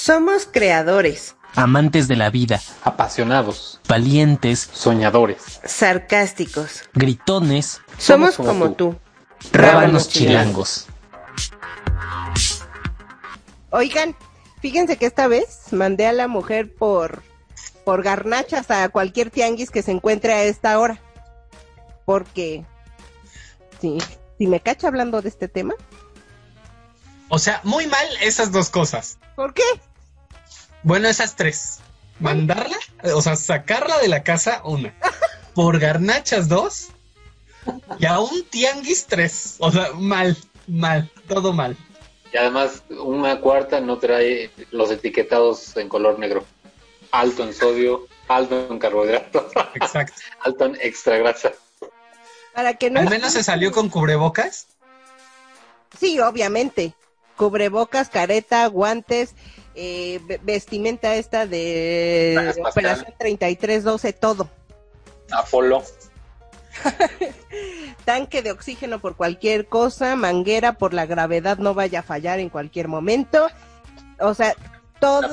Somos creadores, amantes de la vida, apasionados, valientes, soñadores, sarcásticos. gritones, Somos como tú. rábanos chilangos. Oigan, fíjense que esta vez mandé a la mujer por garnachas a cualquier tianguis que se encuentre a esta hora. Porque, si me cacha hablando de este tema. O sea, muy mal esas dos cosas. ¿Por qué? Bueno, esas tres. Mandarla, o sea, sacarla de la casa, una. Por garnachas, dos. Y a un tianguis, tres. O sea, mal, todo mal. Y además, una cuarta no trae los etiquetados en color negro. Alto en sodio, alto en carbohidratos. Exacto. Alto en extra grasa. Para que no. Al menos se salió con cubrebocas. Sí, obviamente. Cubrebocas, careta, guantes, vestimenta esta de Operación 3312, todo. Apolo. Tanque de oxígeno por cualquier cosa, manguera por la gravedad no vaya a fallar en cualquier momento. O sea, todo.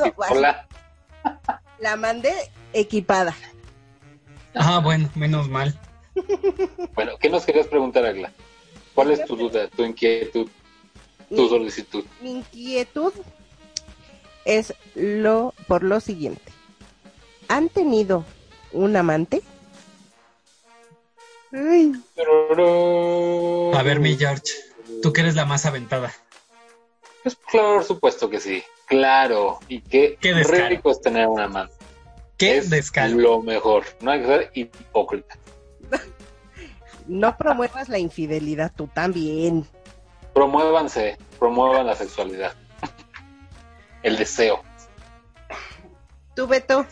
La mandé equipada. Ah, bueno, menos mal. Bueno, ¿qué nos querías preguntar, Agla? ¿Cuál es tu duda, tu inquietud, tu solicitud? Mi inquietud es por lo siguiente. ¿Han tenido un amante? Ay. A ver, mi George, tú que eres la más aventada. Pues claro, por supuesto que sí. Claro. Y qué rico es tener un amante. Qué es descaro. Lo mejor. No hay que ser hipócrita. No promuevas la infidelidad, tú también. Promuevan la sexualidad. El deseo. ¿Tú, Beto?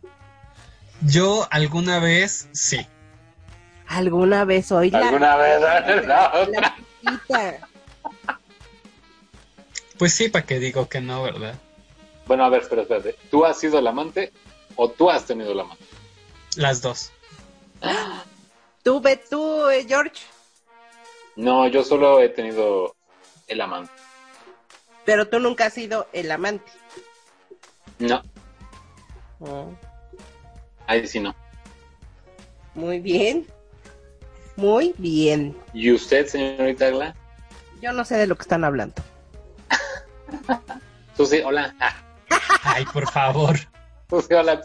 Yo alguna vez, sí. ¿Alguna vez hoy ¿Alguna vez? La Pues sí, ¿para qué digo que no, verdad? Bueno, a ver, espérate. ¿Tú has sido el amante o tú has tenido el amante? Las dos. ¿Tú, George? No, yo solo he tenido el amante. Pero tú nunca has sido el amante. No. Ahí sí no. Muy bien. Muy bien. ¿Y usted, señorita Agla? Yo no sé de lo que están hablando. Susi, hola. Ay, por favor. Susi, hola.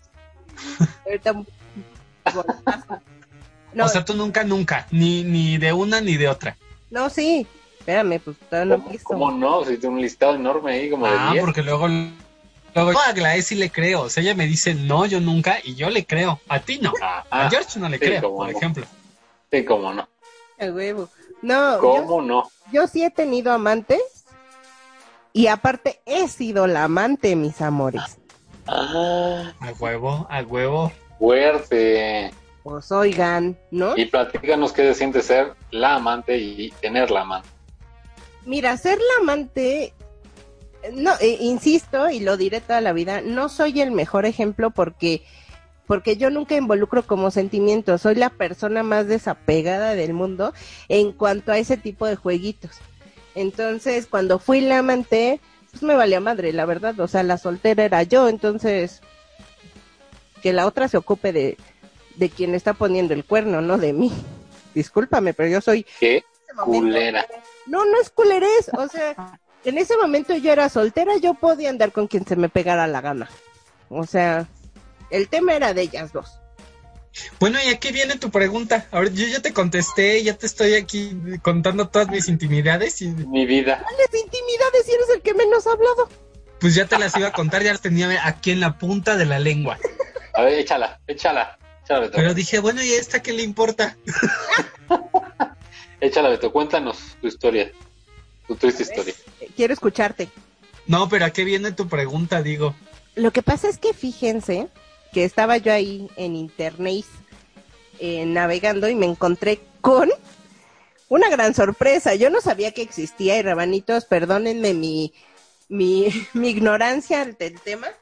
No, o sea, tú nunca, ni de una ni de otra. No, sí. Espérame, pues todavía no empiezo. ¿Cómo no? Si tiene un listado enorme ahí, como de 10. Porque luego yo a Aglaé sí le creo. O sea, ella me dice, no, yo nunca, y yo le creo. A ti no. A George no le creo, por ejemplo. Sí, cómo no. El huevo. No. ¿Cómo no? Yo sí he tenido amantes. Y aparte he sido la amante, mis amores. A huevo. Fuerte. Pues oigan, ¿no? Y platícanos qué se siente ser la amante y tener la amante. Mira, ser la amante, no, insisto y lo diré toda la vida, no soy el mejor ejemplo porque yo nunca involucro como sentimiento, soy la persona más desapegada del mundo en cuanto a ese tipo de jueguitos. Entonces, cuando fui la amante, pues me valía madre, la verdad, o sea, la soltera era yo, entonces que la otra se ocupe de quien está poniendo el cuerno, no de mí. Discúlpame, pero yo soy... ¿Qué culera? No es culerés, o sea, en ese momento yo era soltera, yo podía andar con quien se me pegara la gana. O sea, el tema era de ellas dos. Bueno, y aquí viene tu pregunta. Ahora yo ya te contesté, ya te estoy aquí contando todas mis intimidades y... Mi vida. ¿Cuáles intimidades si eres el que menos ha hablado? Pues ya te las iba a contar, ya las tenía aquí en la punta de la lengua. A ver, échala. Beto. Pero dije, bueno, ¿y a esta qué le importa? Échala, Beto, cuéntanos tu historia, tu triste historia. Quiero escucharte. No, pero ¿a qué viene tu pregunta, digo? Lo que pasa es que fíjense que estaba yo ahí en internet navegando y me encontré con una gran sorpresa. Yo no sabía que existía y rabanitos, perdónenme mi ignorancia ante el tema,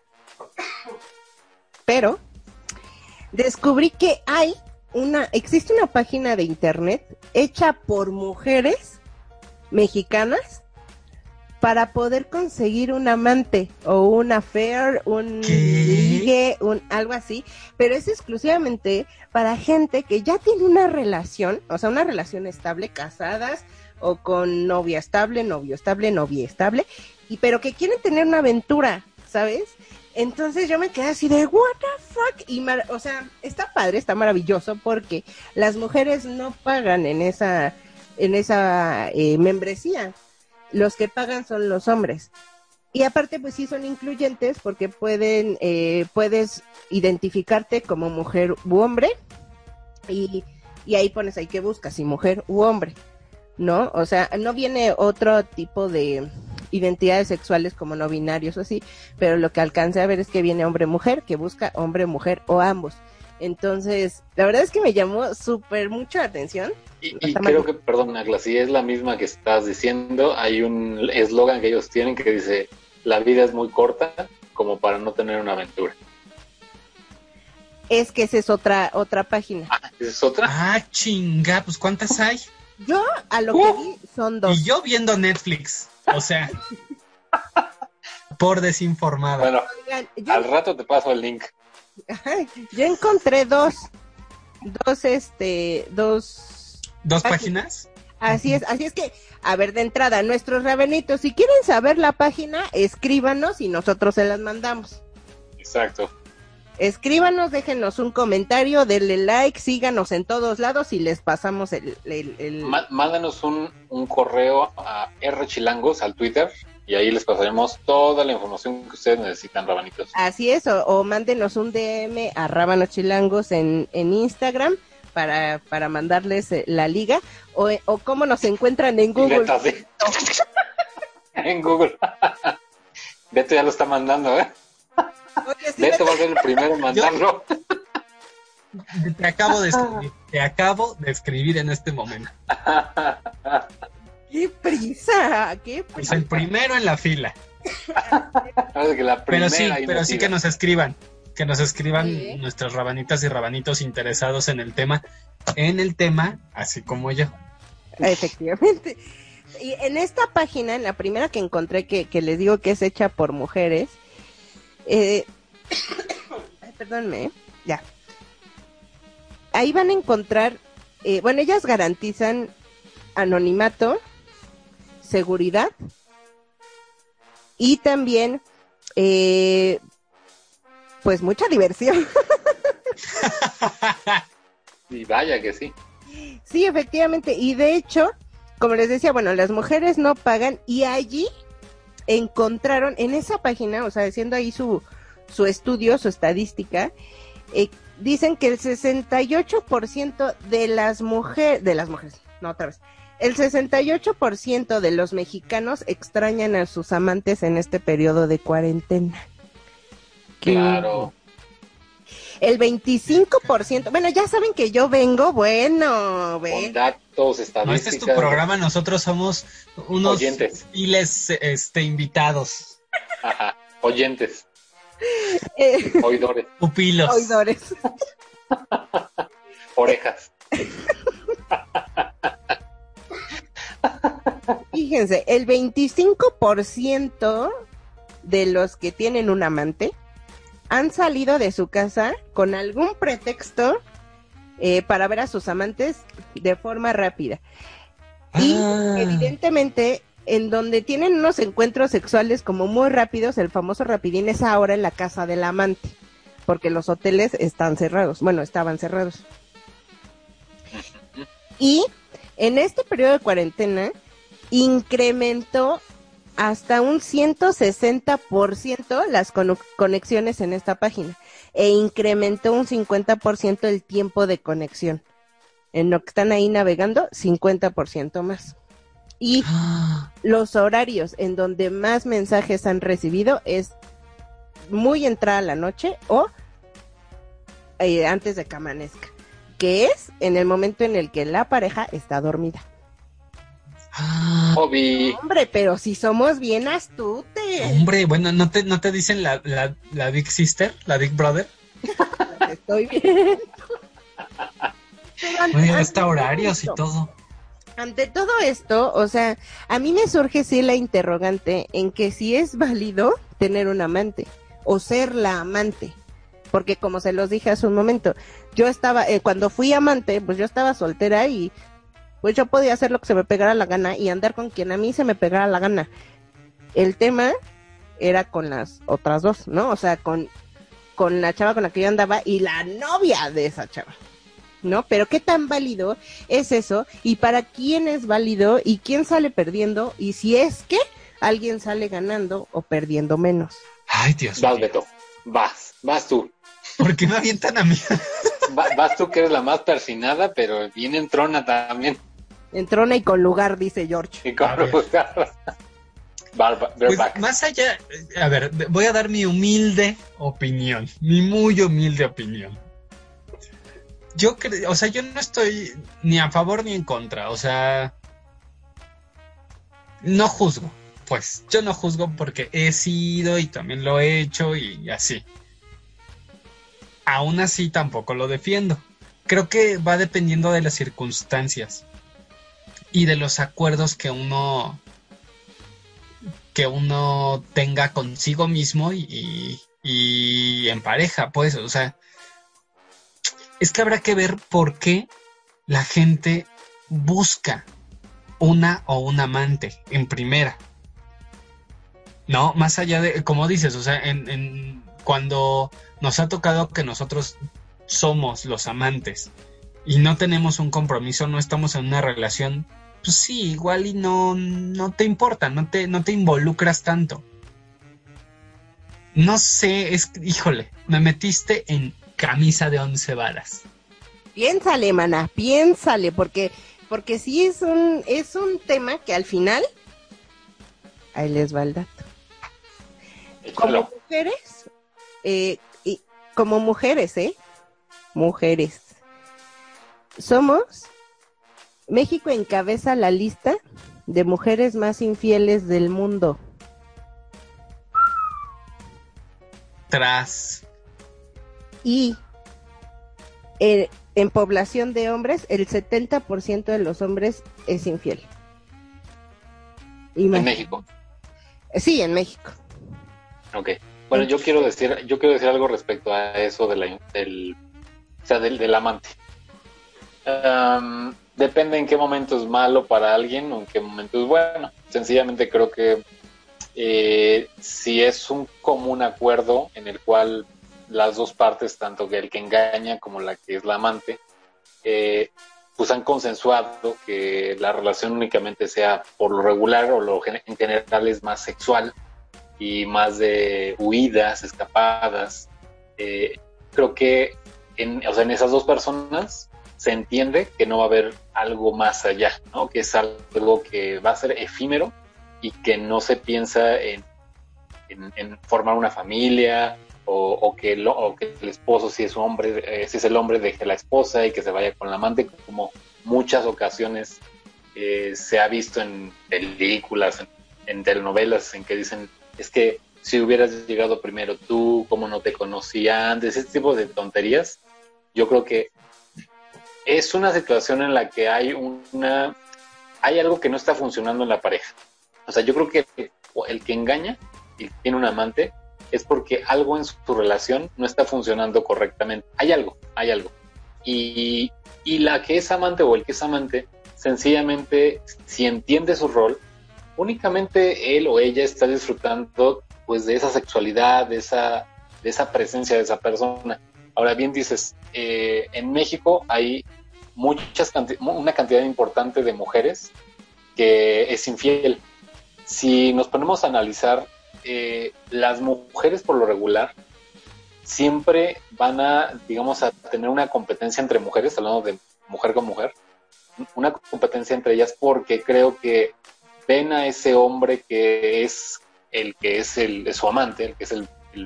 pero descubrí que existe una página de internet hecha por mujeres mexicanas para poder conseguir un amante o un affair, un ¿Qué? ligue, algo así, pero es exclusivamente para gente que ya tiene una relación, o sea, una relación estable, casadas o con novia estable, novio estable, novia estable, pero que quieren tener una aventura, ¿sabes? Entonces yo me quedé así de what the fuck, y o sea, está padre, está maravilloso porque las mujeres no pagan en esa membresía. Los que pagan son los hombres. Y aparte, pues sí son incluyentes porque puedes identificarte como mujer u hombre y ahí pones ahí que buscas, si mujer u hombre, ¿no? O sea, no viene otro tipo de identidades sexuales como no binarios o así, pero lo que alcancé a ver es que viene hombre-mujer, que busca hombre-mujer o ambos. Entonces, la verdad es que me llamó súper mucho la atención. Y creo que, perdón, Agla, si es la misma que estás diciendo, hay un eslogan que ellos tienen que dice, la vida es muy corta como para no tener una aventura. Es que esa es otra página. ¿Esa es otra? Ah, chinga, pues ¿cuántas hay? Yo a lo que vi son 2. Y yo viendo Netflix, o sea, por desinformada. Bueno, Oigan, al rato te paso el link. yo encontré dos páginas. Así es que, a ver, de entrada, nuestros rabenitos, si quieren saber la página, escríbanos y nosotros se las mandamos. Exacto. Escríbanos, déjenos un comentario, denle like, síganos en todos lados y les pasamos el... Mándanos un correo a rchilangos al Twitter y ahí les pasaremos toda la información que ustedes necesitan, rabanitos. Así es, o mándenos un DM a Rábanos Chilangos en Instagram para mandarles la liga, o cómo nos encuentran en Google. Neta, sí. En Google. Beto ya lo está mandando, ¿eh? Oye, sí, Beto va a ser el primero en mandarlo. Te acabo de escribir en este momento. ¡Qué prisa! Es el primero en la fila. Que la Pero primera sí que nos escriban. Que nos escriban Sí. nuestras rabanitas y rabanitos interesados en el tema, así como yo. Efectivamente. Y en esta página, en la primera que encontré, que les digo que es hecha por mujeres, perdónme, ya. Ahí van a encontrar, ellas garantizan anonimato, seguridad y también, pues mucha diversión. Y vaya que sí. Sí, efectivamente. Y de hecho, como les decía, las mujeres no pagan y allí encontraron en esa página, o sea, haciendo ahí su estudio, su estadística, dicen que el 68% de las mujeres, no, otra vez, el 68% de los mexicanos extrañan a sus amantes en este periodo de cuarentena. Claro. El 25%, ya saben que yo vengo, Con datos, estadísticas. No, este es tu programa, nosotros somos unos oyentes. Miles, invitados. Ajá, oyentes, oidores, Pupilos. oidores. orejas. Fíjense, el 25% de los que tienen un amante han salido de su casa con algún pretexto para ver a sus amantes de forma rápida. Y evidentemente, en donde tienen unos encuentros sexuales como muy rápidos, el famoso rapidín es ahora en la casa del amante, porque los hoteles están cerrados, estaban cerrados. Y en este periodo de cuarentena incrementó hasta un 160% las conexiones en esta página e incrementó un 50% el tiempo de conexión. En lo que están ahí navegando, 50% más. Y los horarios en donde más mensajes han recibido es muy entrada la noche o antes de que amanezca, que es en el momento en el que la pareja está dormida. Hobby. Hombre, pero si somos bien astutes. Hombre, bueno, ¿no te dicen la Big Sister, la Big Brother? Estoy bien. Oye, hasta horarios y todo. Ante todo esto, o sea, a mí me surge sí la interrogante en que si es válido tener un amante o ser la amante. Porque como se los dije hace un momento, yo estaba, cuando fui amante, pues yo estaba soltera y pues yo podía hacer lo que se me pegara la gana y andar con quien a mí se me pegara la gana. El tema era con las otras dos, ¿no? O sea, con la chava con la que yo andaba y la novia de esa chava, ¿no? Pero qué tan válido es eso y para quién es válido y quién sale perdiendo y si es que alguien sale ganando o perdiendo menos. Ay, Dios Vas, mío. Beto. Vas tú. ¿Por qué me avientan a mí? Vas tú que eres la más persinada, pero bien entrona también. Entrona y con lugar, dice George. Y con A ver. Pues más allá, a ver, voy a dar mi humilde opinión, mi muy humilde opinión. Yo creo, o sea, yo no estoy ni a favor ni en contra, o sea, no juzgo, pues, yo no juzgo porque he sido y también lo he hecho y así. Aún así tampoco lo defiendo. Creo que va dependiendo de las circunstancias y de los acuerdos que uno tenga consigo mismo y en pareja, pues, o sea, es que habrá que ver por qué la gente busca una o un amante en primera. No, más allá de, como dices, o sea, cuando nos ha tocado que nosotros somos los amantes y no tenemos un compromiso, no estamos en una relación, pues sí, igual y no te importa, no te involucras tanto. No sé, híjole, me metiste en camisa de 11 varas. Piénsale, mana, piénsale, porque sí es un tema que al final ahí les va el dato. Como mujeres, mujeres, somos, México encabeza la lista de mujeres más infieles del mundo. Tras. Y en población de hombres, el 70% de los hombres es infiel. En México. Sí, en México. Ok. Bueno, yo quiero decir algo respecto a eso del amante. Depende en qué momento es malo para alguien o en qué momento es bueno. Sencillamente creo que si es un común acuerdo en el cual las dos partes, tanto que el que engaña como la que es la amante, pues han consensuado que la relación únicamente sea por lo regular o en general es más sexual y más de huidas, escapadas. Creo que en esas dos personas se entiende que no va a haber algo más allá, ¿no? Que es algo que va a ser efímero y que no se piensa en formar una familia o que el esposo, si es el hombre, deje a la esposa y que se vaya con la amante, como muchas ocasiones se ha visto en películas, en telenovelas, en que dicen, es que si hubieras llegado primero tú, como no te conocía antes, ese tipo de tonterías. Yo creo que es una situación en la que hay algo que no está funcionando en la pareja. O sea, yo creo que el que engaña y tiene un amante es porque algo en su relación no está funcionando correctamente. Hay algo. Y la que es amante o el que es amante, sencillamente, si entiende su rol, únicamente él o ella está disfrutando pues de esa sexualidad, de esa presencia de esa persona. Ahora bien dices, en México hay una cantidad importante de mujeres que es infiel. Si nos ponemos a analizar, las mujeres por lo regular siempre van a tener una competencia entre mujeres, hablando de mujer con mujer, una competencia entre ellas porque creo que ven a ese hombre que es su amante, el que es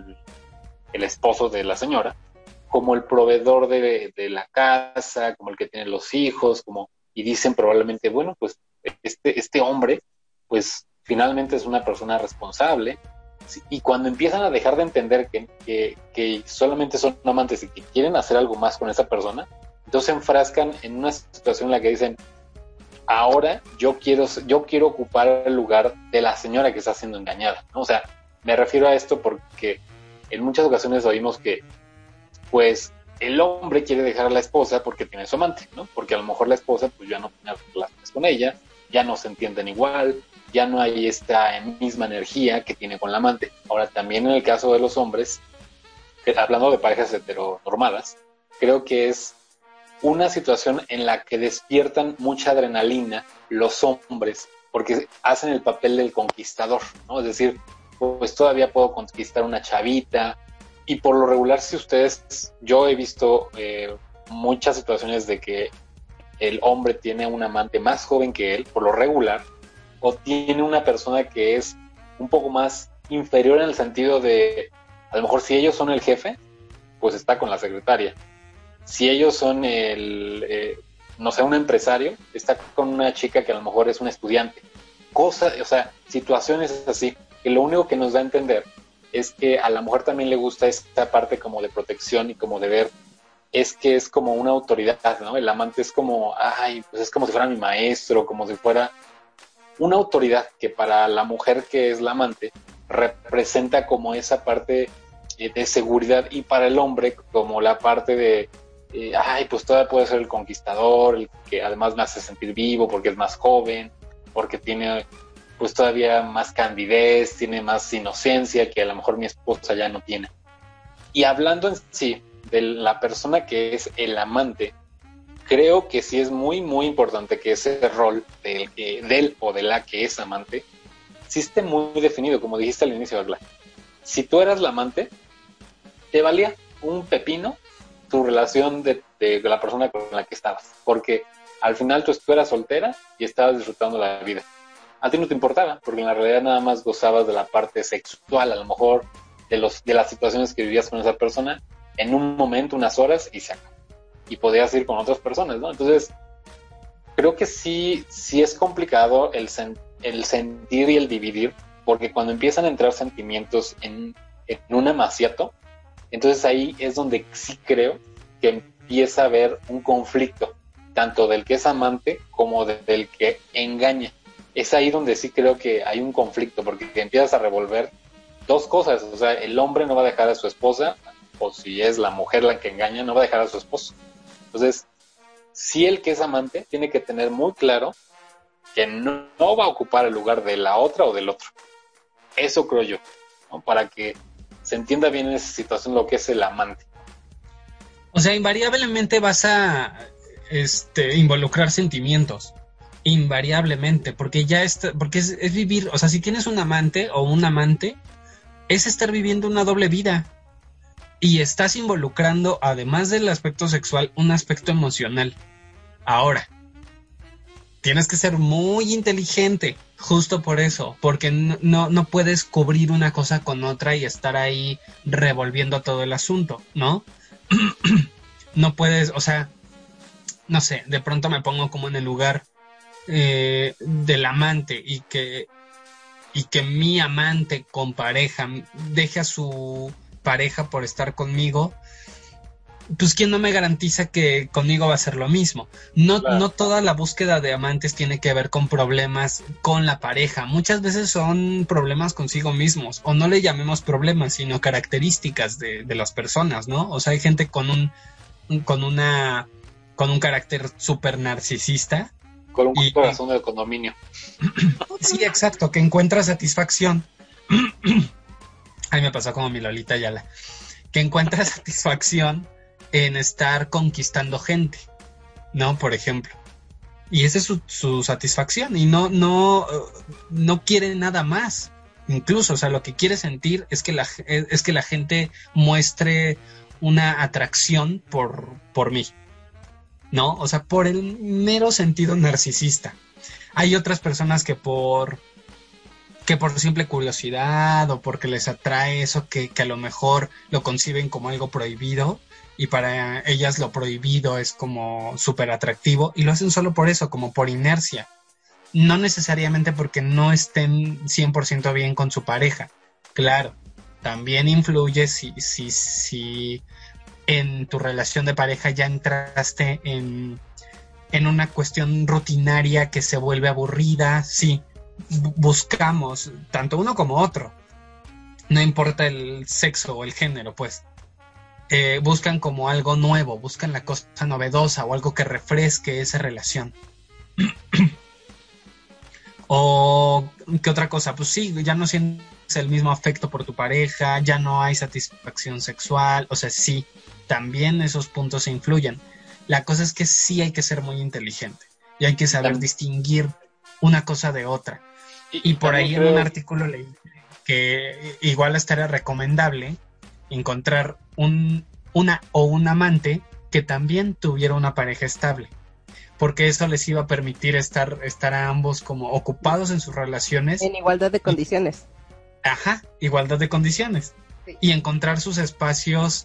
el esposo de la señora, como el proveedor de la casa, como el que tiene los hijos, y dicen probablemente, bueno, pues este hombre, pues finalmente es una persona responsable. Y cuando empiezan a dejar de entender que solamente son amantes y que quieren hacer algo más con esa persona, entonces se enfrascan en una situación en la que dicen, ahora yo quiero ocupar el lugar de la señora que está siendo engañada, ¿no? O sea, me refiero a esto porque en muchas ocasiones oímos que, pues, el hombre quiere dejar a la esposa porque tiene su amante, ¿no? Porque a lo mejor la esposa, pues, ya no tiene relaciones con ella, ya no se entienden igual, ya no hay esta misma energía que tiene con la amante. Ahora, también en el caso de los hombres, hablando de parejas heteronormadas, creo que es una situación en la que despiertan mucha adrenalina los hombres, porque hacen el papel del conquistador, ¿no? Es decir, pues todavía puedo conquistar una chavita, y por lo regular, si ustedes, yo he visto muchas situaciones de que el hombre tiene un amante más joven que él, por lo regular, o tiene una persona que es un poco más inferior en el sentido de, a lo mejor si ellos son el jefe, pues está con la secretaria. Si ellos son no sé, un empresario, está con una chica que a lo mejor es un estudiante. Cosas, o sea, situaciones así, que lo único que nos da a entender es que a la mujer también le gusta esta parte como de protección y como de ver, es que es como una autoridad, ¿no? El amante es como, ay, pues es como si fuera mi maestro, como si fuera una autoridad que para la mujer que es la amante representa como esa parte de seguridad, y para el hombre como la parte de ay, pues todavía puede ser el conquistador, el que además me hace sentir vivo porque es más joven, porque tiene pues todavía más candidez, tiene más inocencia que a lo mejor mi esposa ya no tiene. Y hablando en sí de la persona que es el amante, creo que sí es muy, muy importante que ese rol del o de la que es amante sí esté muy definido, como dijiste al inicio, Agla. Si tú eras la amante, te valía un pepino tu relación de la persona con la que estabas, porque al final tú eras soltera y estabas disfrutando la vida. A ti no te importaba, porque en la realidad nada más gozabas de la parte sexual, a lo mejor de las situaciones que vivías con esa persona en un momento, unas horas, y se acabó. Y podías ir con otras personas, ¿no? Entonces, creo que sí es complicado el sentir y el dividir, porque cuando empiezan a entrar sentimientos en un amaciato, entonces ahí es donde sí creo que empieza a haber un conflicto, tanto del que es amante como del que engaña. Es ahí donde sí creo que hay un conflicto, porque empiezas a revolver dos cosas. O sea, el hombre no va a dejar a su esposa, o si es la mujer la que engaña, no va a dejar a su esposo. Entonces, sí, el que es amante tiene que tener muy claro que no va a ocupar el lugar de la otra o del otro. Eso creo yo, ¿no? Para que se entienda bien en esa situación lo que es el amante. O sea, invariablemente vas a involucrar sentimientos. Invariablemente, porque porque es vivir, o sea, si tienes un amante o un amante, es estar viviendo una doble vida. Y estás involucrando, además del aspecto sexual, un aspecto emocional. Ahora, tienes que ser muy inteligente, justo por eso, porque no puedes cubrir una cosa con otra y estar ahí revolviendo todo el asunto, ¿no? No puedes, o sea, no sé, de pronto me pongo como en el lugar del amante y que mi amante con pareja deje a su pareja por estar conmigo. Pues quién no me garantiza que conmigo va a ser lo mismo. No toda la búsqueda de amantes tiene que ver con problemas con la pareja. Muchas veces son problemas consigo mismos, o no le llamemos problemas, sino características de las personas, ¿no? O sea, hay gente con un carácter súper narcisista. Con un corazón de condominio. Sí, exacto, que encuentra satisfacción. Ay, me pasó como mi Lolita Ayala. Que encuentra satisfacción en estar conquistando gente, ¿no? Por ejemplo. Y esa es su satisfacción. Y no quiere nada más. Incluso, o sea, lo que quiere sentir es que la gente muestre una atracción por mí, ¿no? O sea, por el mero sentido narcisista. Hay otras personas que por simple curiosidad o porque les atrae eso que a lo mejor lo conciben como algo prohibido, y para ellas lo prohibido es como súper atractivo, y lo hacen solo por eso, como por inercia. No necesariamente porque no estén 100% bien con su pareja. Claro, también influye si en tu relación de pareja ya entraste en en una cuestión rutinaria que se vuelve aburrida, sí, buscamos tanto uno como otro, no importa el sexo o el género, pues, buscan como algo nuevo, buscan la cosa novedosa o algo que refresque esa relación. O qué otra cosa, pues sí, ya no sientes el mismo afecto por tu pareja, ya no hay satisfacción sexual, o sea, sí, también esos puntos se influyen. La cosa es que sí hay que ser muy inteligente y hay que saber distinguir una cosa de otra. Y por ahí en un artículo leí que igual estaría recomendable encontrar un amante que también tuviera una pareja estable, porque eso les iba a permitir estar a ambos como ocupados en sus relaciones. En igualdad de condiciones. Igualdad de condiciones. Sí. Y encontrar sus espacios,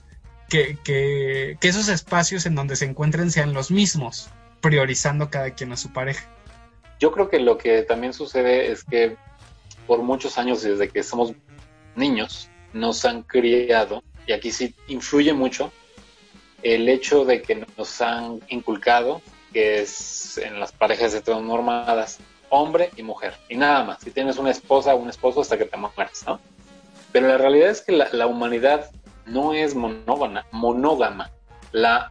que esos espacios en donde se encuentren sean los mismos, priorizando cada quien a su pareja. Yo creo que lo que también sucede es que por muchos años, desde que somos niños, nos han criado, y aquí sí influye mucho, el hecho de que nos han inculcado que es en las parejas heteronormadas, hombre y mujer, y nada más. Si tienes una esposa o un esposo hasta que te mueras, ¿no? Pero la realidad es que la humanidad no es monógama. La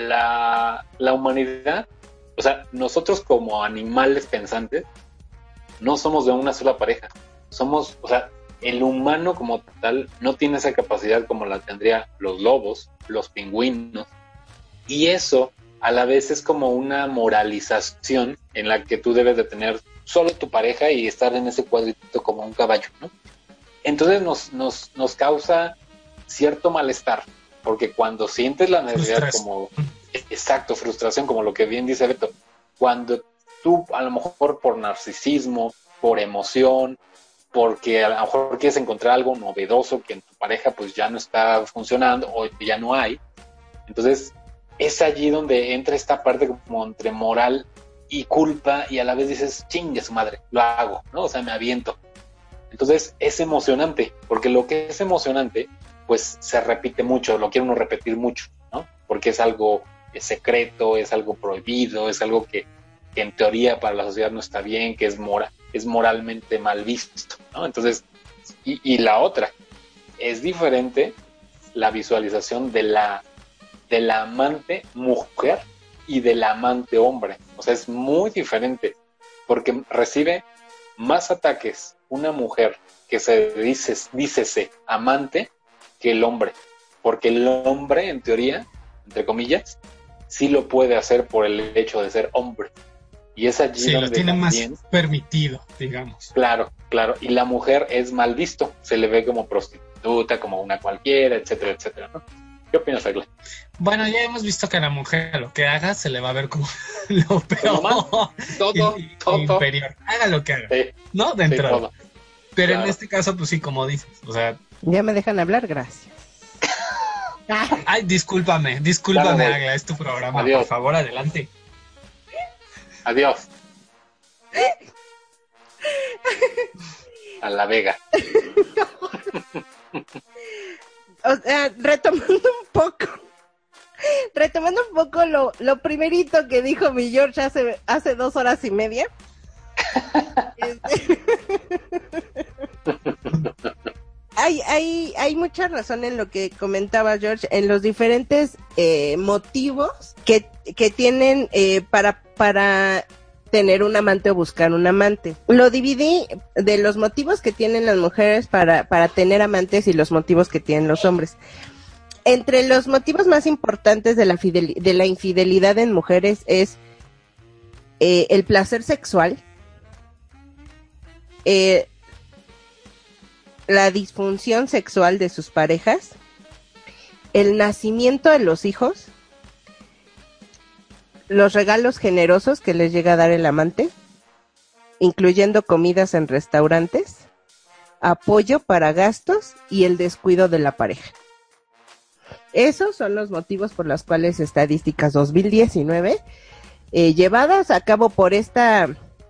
humanidad, o sea, nosotros como animales pensantes, no somos de una sola pareja. Somos, o sea, el humano como tal no tiene esa capacidad como la tendría los lobos, los pingüinos, y eso a la vez es como una moralización en la que tú debes de tener solo tu pareja y estar en ese cuadrito como un caballo, ¿no? Entonces nos causa cierto malestar, porque cuando sientes la necesidad como, exacto, frustración, como lo que bien dice Beto, cuando tú a lo mejor por narcisismo, por emoción, porque a lo mejor quieres encontrar algo novedoso que en tu pareja pues ya no está funcionando o ya no hay, entonces es allí donde entra esta parte como entre moral y culpa, y a la vez dices, chingue su madre, lo hago, ¿no? O sea, me aviento. Entonces es emocionante, porque lo que es emocionante, pues se repite mucho, lo quiere uno repetir mucho, ¿no? Porque es algo secreto, es algo prohibido, es algo que en teoría para la sociedad no está bien, que es moralmente mal visto, ¿no? Entonces, y la otra, es diferente la visualización de la amante mujer y del amante hombre. O sea, es muy diferente, porque recibe más ataques una mujer que se dícese amante que el hombre, porque el hombre, en teoría, entre comillas, sí lo puede hacer por el hecho de ser hombre. Y es allí donde lo tiene también, más permitido, digamos. Claro. Y la mujer es mal visto, se le ve como prostituta, como una cualquiera, etcétera, etcétera, ¿no? ¿Qué opinas, Agla? Bueno, ya hemos visto que a la mujer lo que haga se le va a ver como lo peor. Todo. Inferior. Haga lo que haga. Sí. ¿No? De entrada. Sí, pero claro, en este caso, pues sí, como dices. O sea. Ya me dejan hablar, gracias. Ay, discúlpame, Agla, es tu programa. Adiós. Por favor, adelante. Adiós. A la Vega. O sea, retomando un poco lo primerito que dijo mi George hace 2 horas y media. Hay mucha razón en lo que comentaba George, en los diferentes motivos que tienen para tener un amante o buscar un amante. Lo dividí de los motivos que tienen las mujeres para tener amantes y los motivos que tienen los hombres. Entre los motivos más importantes de la infidelidad en mujeres es el placer sexual, la disfunción sexual de sus parejas, el nacimiento de los hijos, los regalos generosos que les llega a dar el amante, incluyendo comidas en restaurantes, apoyo para gastos y el descuido de la pareja. Esos son los motivos por los cuales Estadísticas 2019, llevadas a cabo por esta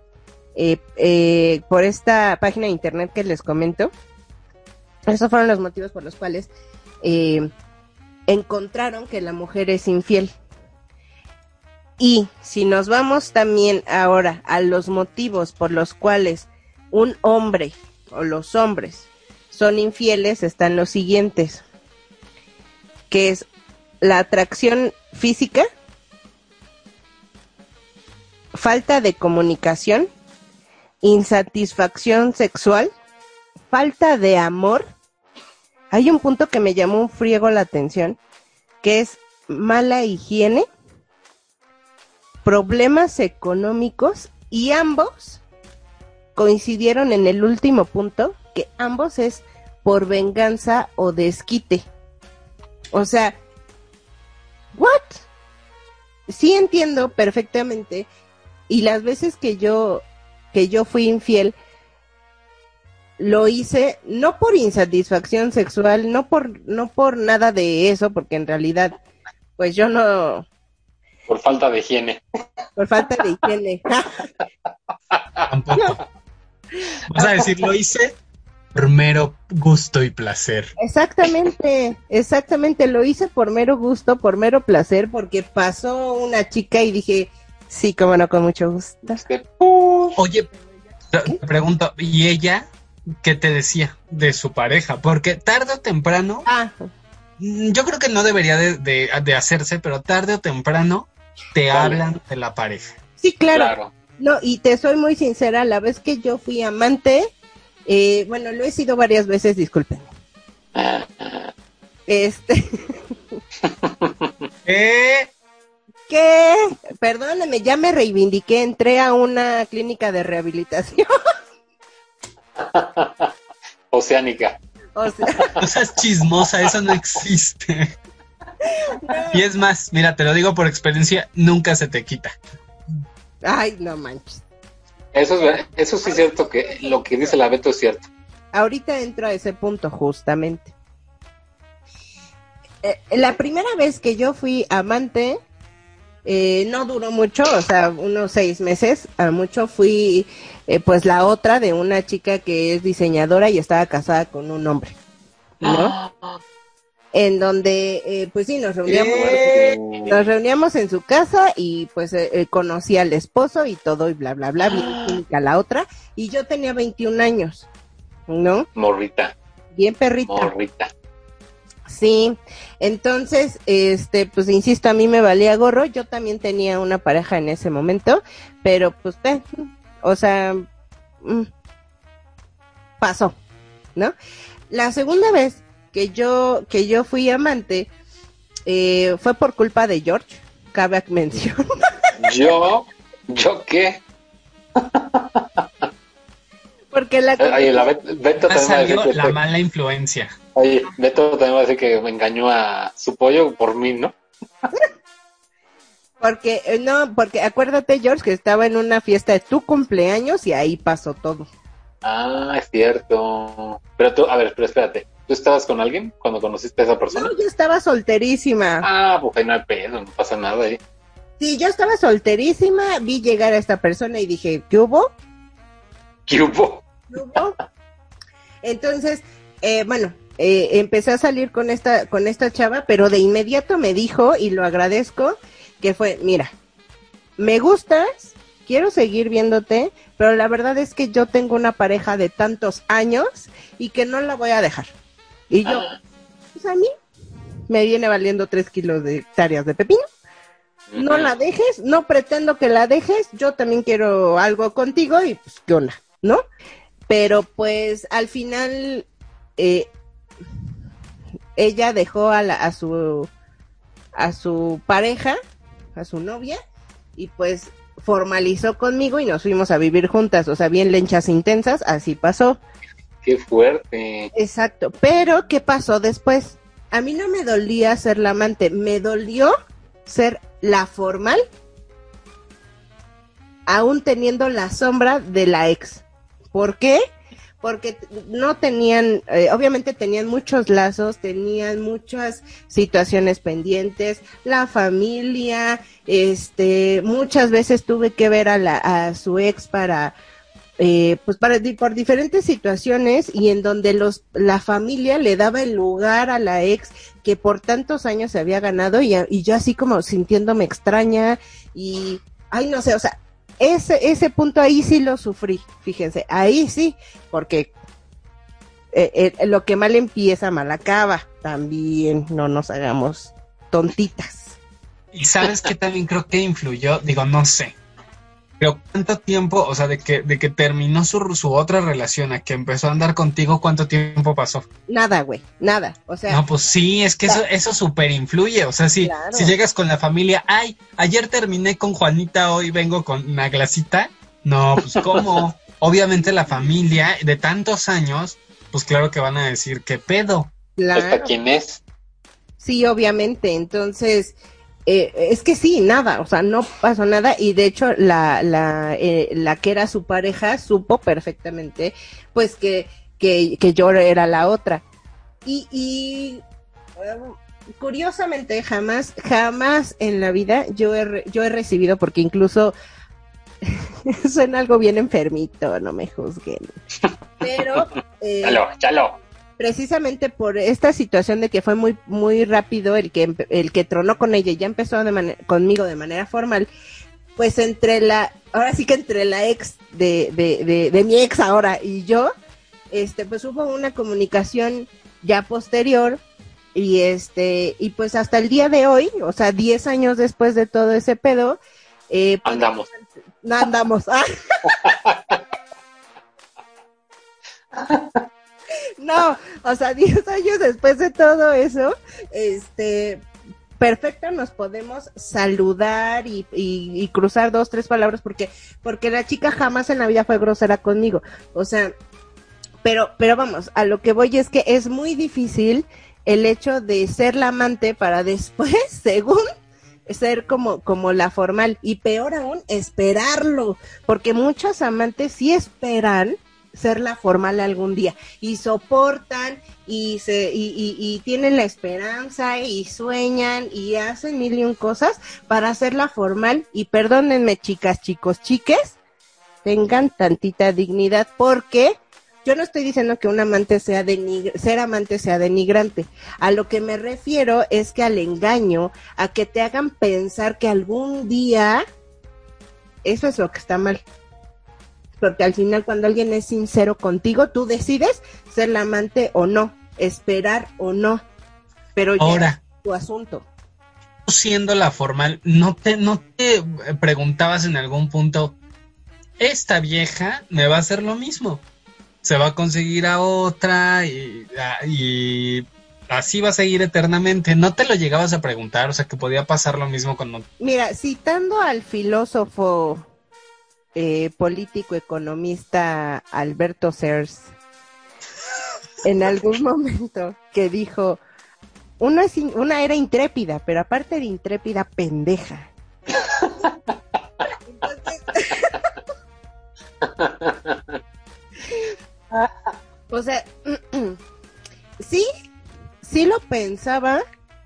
página de internet que les comento, esos fueron los motivos por los cuales encontraron que la mujer es infiel. Y si nos vamos también ahora a los motivos por los cuales un hombre o los hombres son infieles, están los siguientes, que es la atracción física, falta de comunicación, insatisfacción sexual, falta de amor. Hay un punto que me llamó un friego la atención, que es mala higiene, problemas económicos, y ambos coincidieron en el último punto, que ambos es por venganza o desquite. O sea, ¿what? Sí entiendo perfectamente, y las veces que yo fui infiel, lo hice no por insatisfacción sexual, no por nada de eso, porque en realidad, pues yo no... Por falta de higiene. Por falta de higiene. Tampoco. Vas a decir, lo hice por mero gusto y placer. Exactamente, lo hice por mero gusto, por mero placer, porque pasó una chica y dije, sí, cómo no, con mucho gusto. Oye, te pregunto, ¿y ella qué te decía de su pareja? Porque tarde o temprano, yo creo que no debería de hacerse, pero tarde o temprano te hablan de la pareja. Sí, claro. No, y te soy muy sincera, la vez que yo fui amante, bueno, lo he sido varias veces, disculpen. ¿Qué? Perdóname, ya me reivindiqué, entré a una clínica de rehabilitación. Oceánica. O sea, No seas chismosa, eso no existe. No. Y es más, mira, te lo digo por experiencia, nunca se te quita. Ay, no manches. Eso sí es cierto, que lo que dice la Beto es cierto. Ahorita entro a ese punto justamente. La primera vez que yo fui amante, no duró mucho, o sea, unos 6 meses, a mucho. Fui pues la otra de una chica que es diseñadora y estaba casada con un hombre, ¿no? En donde, pues sí, nos reuníamos en su casa y pues conocí al esposo y todo y bla, bla, bla, bien química la otra, y yo tenía 21 años, ¿no? Morrita. Bien perrita. Morrita. Sí, entonces, pues insisto, a mí me valía gorro, yo también tenía una pareja en ese momento, pero pues, o sea, pasó, ¿no? La segunda vez que yo fui amante, fue por culpa de George, cabe mención. ¿Yo qué? Porque la Beto también salió va a decir la mala influencia. Oye, Beto también va a decir que me engañó a su pollo por mí, ¿no? Porque acuérdate, George, que estaba en una fiesta de tu cumpleaños y ahí pasó todo. Ah, es cierto. Pero tú, a ver, pero espérate, ¿tú estabas con alguien cuando conociste a esa persona? No, yo estaba solterísima. Ah, pues ahí no hay pedo, no pasa nada ahí. Sí, yo estaba solterísima, vi llegar a esta persona y dije, ¿qué hubo? ¿Qué hubo? ¿Qué hubo? Entonces, bueno, empecé a salir con esta chava, pero de inmediato me dijo, y lo agradezco, que fue, mira, me gustas, quiero seguir viéndote, pero la verdad es que yo tengo una pareja de tantos años y que no la voy a dejar. Y yo, pues a mí me viene valiendo 3 kilos de hectáreas de pepino. No la dejes, no pretendo que la dejes, yo también quiero algo contigo y pues, ¿qué onda? ¿No? Pero pues al final ella dejó a su pareja, a su novia, y pues formalizó conmigo y nos fuimos a vivir juntas, o sea, bien lenchas intensas, así pasó. ¡Qué fuerte! Exacto, pero ¿qué pasó después? A mí no me dolía ser la amante, me dolió ser la formal, aún teniendo la sombra de la ex. ¿Por qué? Porque no tenían, obviamente tenían muchos lazos, tenían muchas situaciones pendientes, la familia, muchas veces tuve que ver a su ex para pues por diferentes situaciones y en donde la familia le daba el lugar a la ex que por tantos años se había ganado y yo así como sintiéndome extraña y, ay, no sé, o sea, ese punto ahí sí lo sufrí, fíjense, ahí sí, porque lo que mal empieza, mal acaba, también no nos hagamos tontitas. Y sabes que también creo que influyó, digo, no sé, pero ¿cuánto tiempo, o sea, de que terminó su otra relación a que empezó a andar contigo, cuánto tiempo pasó? Nada, güey, nada, o sea. No, pues sí, es que eso súper influye, o sea, Claro. Si llegas con la familia, ay, ayer terminé con Juanita, hoy vengo con una glasita, no, pues ¿cómo? Obviamente la familia de tantos años, pues claro que van a decir, ¿qué pedo? Claro. ¿Esta quién es? Sí, obviamente, entonces, es que sí, nada, o sea, no pasó nada y de hecho la que era su pareja supo perfectamente, pues que yo era la otra. Y curiosamente jamás en la vida yo he recibido, porque incluso suena algo bien enfermito, no me juzguen, pero Chalo. precisamente por esta situación de que fue muy muy rápido el que tronó con ella y ya empezó conmigo de manera formal, pues entre la ex de mi ex ahora y yo, pues hubo una comunicación ya posterior y pues hasta el día de hoy, o sea, 10 años después de todo ese pedo, pues, Andamos. no andamos. No, o sea, 10 años después de todo eso, perfecto, nos podemos saludar y cruzar 2, 3 palabras porque la chica jamás en la vida fue grosera conmigo, o sea, pero vamos, a lo que voy es que es muy difícil el hecho de ser la amante para después, según, ser como la formal, y peor aún, esperarlo, porque muchos amantes sí esperan ser la formal algún día y soportan y tienen la esperanza y sueñan y hacen mil y un cosas para hacerla formal. Y perdónenme, chicas, chicos, chiques, tengan tantita dignidad, porque yo no estoy diciendo que un amante ser amante sea denigrante. A lo que me refiero es que al engaño, a que te hagan pensar que algún día, eso es lo que está mal. Porque al final, cuando alguien es sincero contigo, tú decides ser la amante o no, esperar o no, pero ahora, ya es tu asunto. Siendo la formal, ¿no te preguntabas en algún punto, esta vieja me va a hacer lo mismo? Se va a conseguir a otra y así va a seguir eternamente. ¿No te lo llegabas a preguntar? O sea, que podía pasar lo mismo con... Mira, citando al filósofo político economista Alberto Sers, en algún momento que dijo, una era intrépida, pero aparte de intrépida, pendeja. Entonces, o sea, sí lo pensaba,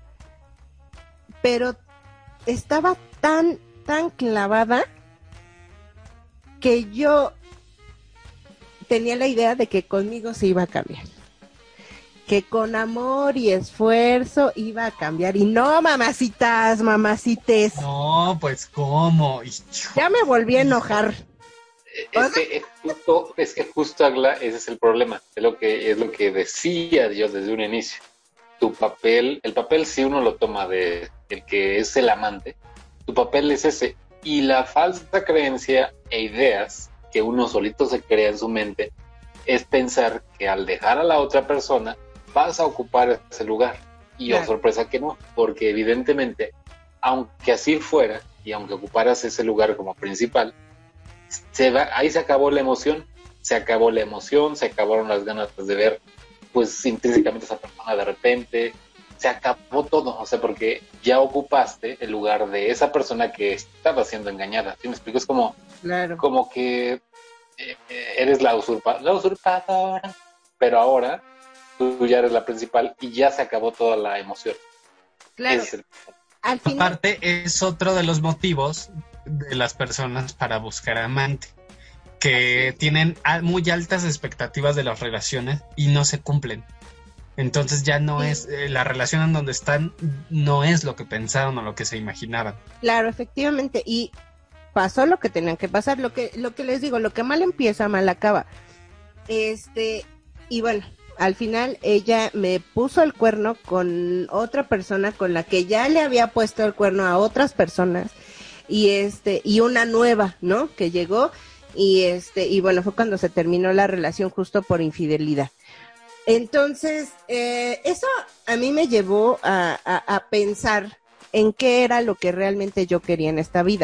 pero estaba tan clavada que yo tenía la idea de que conmigo se iba a cambiar, que con amor y esfuerzo iba a cambiar, y no, mamacitas, mamacites. No, pues ¿cómo? Ya me volví a enojar. Es que justo, Agla, ese es el problema, es lo que decía yo desde un inicio. El papel si uno lo toma de el que es el amante, tu papel es ese. Y la falsa creencia e ideas que uno solito se crea en su mente es pensar que al dejar a la otra persona vas a ocupar ese lugar. Y claro. Oh, sorpresa que no, porque evidentemente, aunque así fuera y aunque ocuparas ese lugar como principal, ahí se acabó la emoción, se acabaron las ganas de ver pues intrínsecamente a esa persona de repente. Se acabó todo, o sea, porque ya ocupaste el lugar de esa persona que estaba siendo engañada. ¿Sí me explico? Es como, claro, como que eres la usurpadora, pero ahora tú ya eres la principal y ya se acabó toda la emoción. claro. Al final... Aparte, es otro de los motivos de las personas para buscar amante. que tienen muy altas expectativas de las relaciones y no se cumplen. Entonces ya no es, la relación en donde están no es lo que pensaron o lo que se imaginaban. Claro, efectivamente, y pasó lo que tenían que pasar, lo que les digo, lo que mal empieza, mal acaba. Y bueno, al final ella me puso el cuerno con otra persona con la que ya le había puesto el cuerno a otras personas, y una nueva, ¿no? Que llegó, y bueno, fue cuando se terminó la relación justo por infidelidad. Entonces, eso a mí me llevó a pensar en qué era lo que realmente yo quería en esta vida.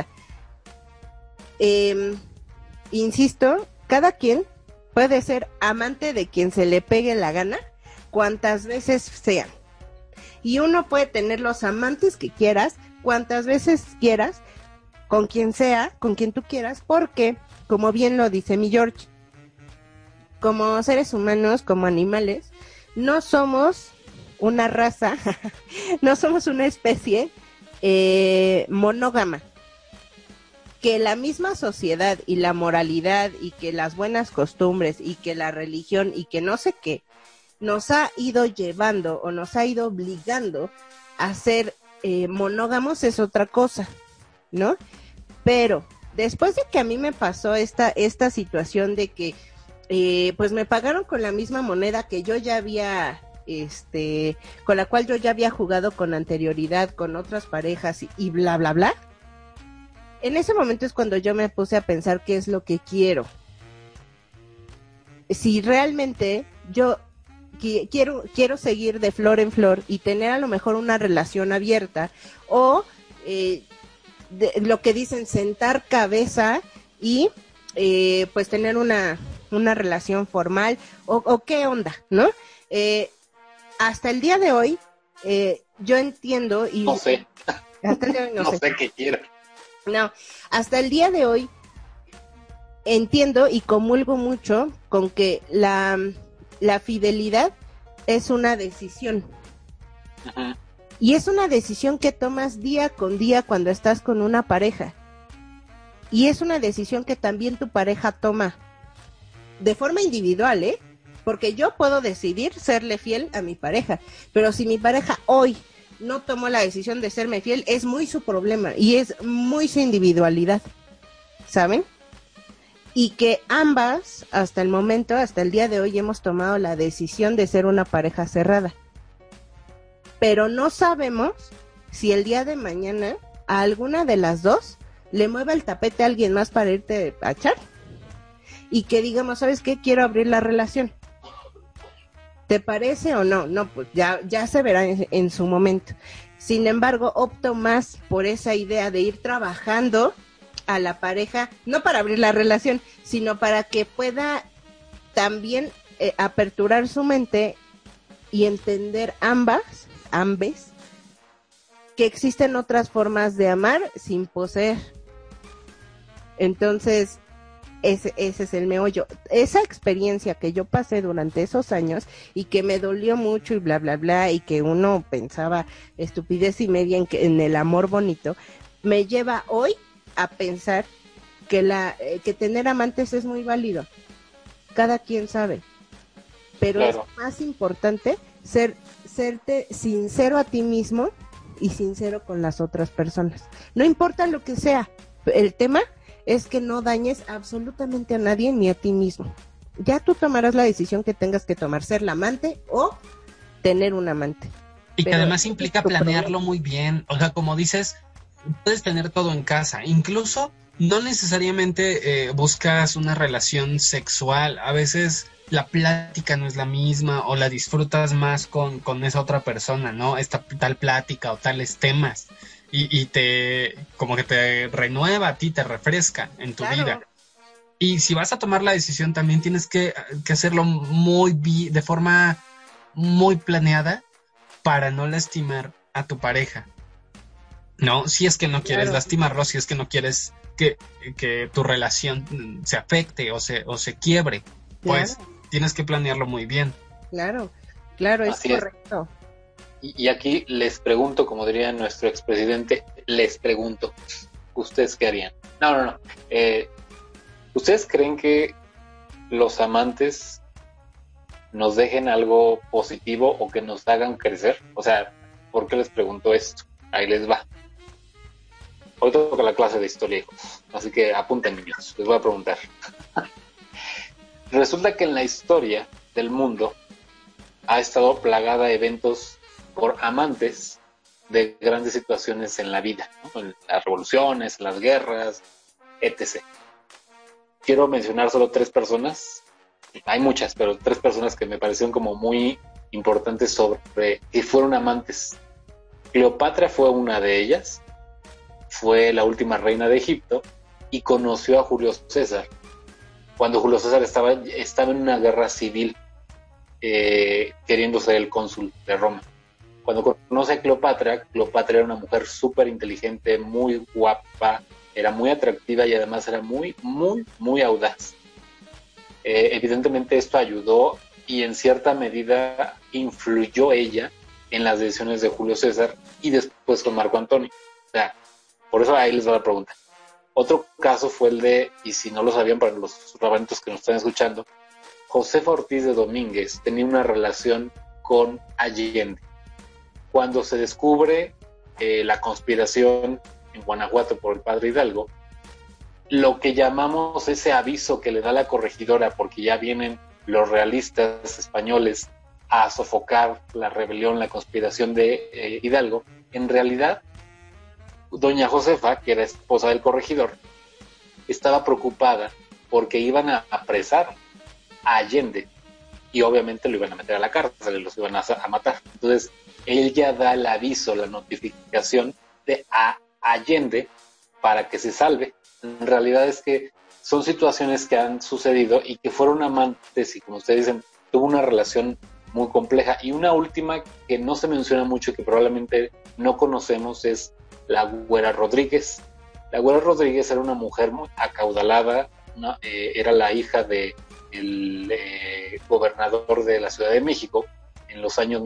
Insisto, cada quien puede ser amante de quien se le pegue la gana, cuantas veces sean. Y uno puede tener los amantes que quieras, cuantas veces quieras, con quien sea, con quien tú quieras, porque, como bien lo dice mi George, como seres humanos, como animales, no somos una raza, no somos una especie monógama. Que la misma sociedad y la moralidad y que las buenas costumbres y que la religión y que no sé qué nos ha ido llevando o nos ha ido obligando a ser monógamos es otra cosa, ¿no? Pero después de que a mí me pasó esta situación de que pues me pagaron con la misma moneda que yo ya había, con la cual yo ya había jugado con anterioridad con otras parejas y bla, bla, bla. En ese momento es cuando yo me puse a pensar qué es lo que quiero. Si realmente yo quiero seguir de flor en flor y tener a lo mejor una relación abierta o lo que dicen sentar cabeza y pues tener una relación formal o qué onda, ¿no? Hasta el día de hoy yo entiendo y... No sé. Hasta el día de hoy no sé qué quiero. No, hasta el día de hoy entiendo y comulgo mucho con que la fidelidad es una decisión. Ajá. Y es una decisión que tomas día con día cuando estás con una pareja. Y es una decisión que también tu pareja toma de forma individual, ¿eh? Porque yo puedo decidir serle fiel a mi pareja, pero si mi pareja hoy no tomó la decisión de serme fiel, es muy su problema y es muy su individualidad, ¿saben? Y que ambas, hasta el momento, hasta el día de hoy, hemos tomado la decisión de ser una pareja cerrada. Pero no sabemos si el día de mañana a alguna de las dos le mueva el tapete a alguien más para irte a echar. Y que digamos, ¿sabes qué? Quiero abrir la relación. ¿Te parece o no? No, pues ya se verá en su momento. Sin embargo, opto más por esa idea de ir trabajando a la pareja, no para abrir la relación, sino para que pueda también aperturar su mente y entender ambes, que existen otras formas de amar sin poseer. Entonces, ese es el meollo. Esa experiencia que yo pasé durante esos años y que me dolió mucho y bla, bla, bla, y que uno pensaba estupidez y media en el amor bonito, me lleva hoy a pensar que tener amantes es muy válido. Cada quien sabe. Pero claro, es más importante serte sincero a ti mismo y sincero con las otras personas. No importa lo que sea, el tema es que no dañes absolutamente a nadie ni a ti mismo. Ya tú tomarás la decisión que tengas que tomar, ser la amante o tener un amante. Y que además implica planearlo muy bien. O sea, como dices, puedes tener todo en casa. Incluso no necesariamente buscas una relación sexual. A veces la plática no es la misma o la disfrutas más con esa otra persona, ¿no? Esta tal plática o tales temas. Y como que te renueva a ti, te refresca en tu vida. Y si vas a tomar la decisión también tienes que hacerlo de forma muy planeada para no lastimar a tu pareja, ¿no? Si es que no quieres lastimarlo, si es que no quieres que tu relación se afecte o se quiebre, pues tienes que planearlo muy bien. Claro, es así correcto. Y aquí les pregunto, como diría nuestro expresidente, les pregunto, ¿ustedes qué harían? No. ¿Ustedes creen que los amantes nos dejen algo positivo o que nos hagan crecer? O sea, ¿por qué les pregunto esto? Ahí les va. Hoy toca la clase de historia, hijos, así que apunten, niños, les voy a preguntar. Resulta que en la historia del mundo ha estado plagada de eventos por amantes de grandes situaciones en la vida, ¿no? En las revoluciones, en las guerras, etc. Quiero mencionar solo 3 personas, hay muchas, pero 3 personas que me parecieron como muy importantes sobre que fueron amantes. Cleopatra fue una de ellas, fue la última reina de Egipto y conoció a Julio César cuando Julio César estaba en una guerra civil, queriendo ser el cónsul de Roma. Cuando conoce a Cleopatra, Cleopatra era una mujer súper inteligente, muy guapa, era muy atractiva y además era muy, muy, muy audaz. Evidentemente esto ayudó y en cierta medida influyó ella en las decisiones de Julio César y después con Marco Antonio. O sea, por eso ahí les va la pregunta. Otro caso fue el de, y si no lo sabían para los rabanitos que nos están escuchando, Josefa Ortiz de Domínguez tenía una relación con Allende. Cuando se descubre la conspiración en Guanajuato por el padre Hidalgo, lo que llamamos ese aviso que le da la corregidora, porque ya vienen los realistas españoles a sofocar la rebelión, la conspiración de Hidalgo, en realidad doña Josefa, que era esposa del corregidor, estaba preocupada porque iban a apresar a Allende y obviamente lo iban a meter a la cárcel y los iban a matar. Entonces ella da el aviso, la notificación de a Allende para que se salve. En realidad es que son situaciones que han sucedido y que fueron amantes y, como ustedes dicen, tuvo una relación muy compleja. Y una última que no se menciona mucho, que probablemente no conocemos, es la Güera Rodríguez. La Güera Rodríguez era una mujer muy acaudalada, ¿no? Era la hija del gobernador de la Ciudad de México en los años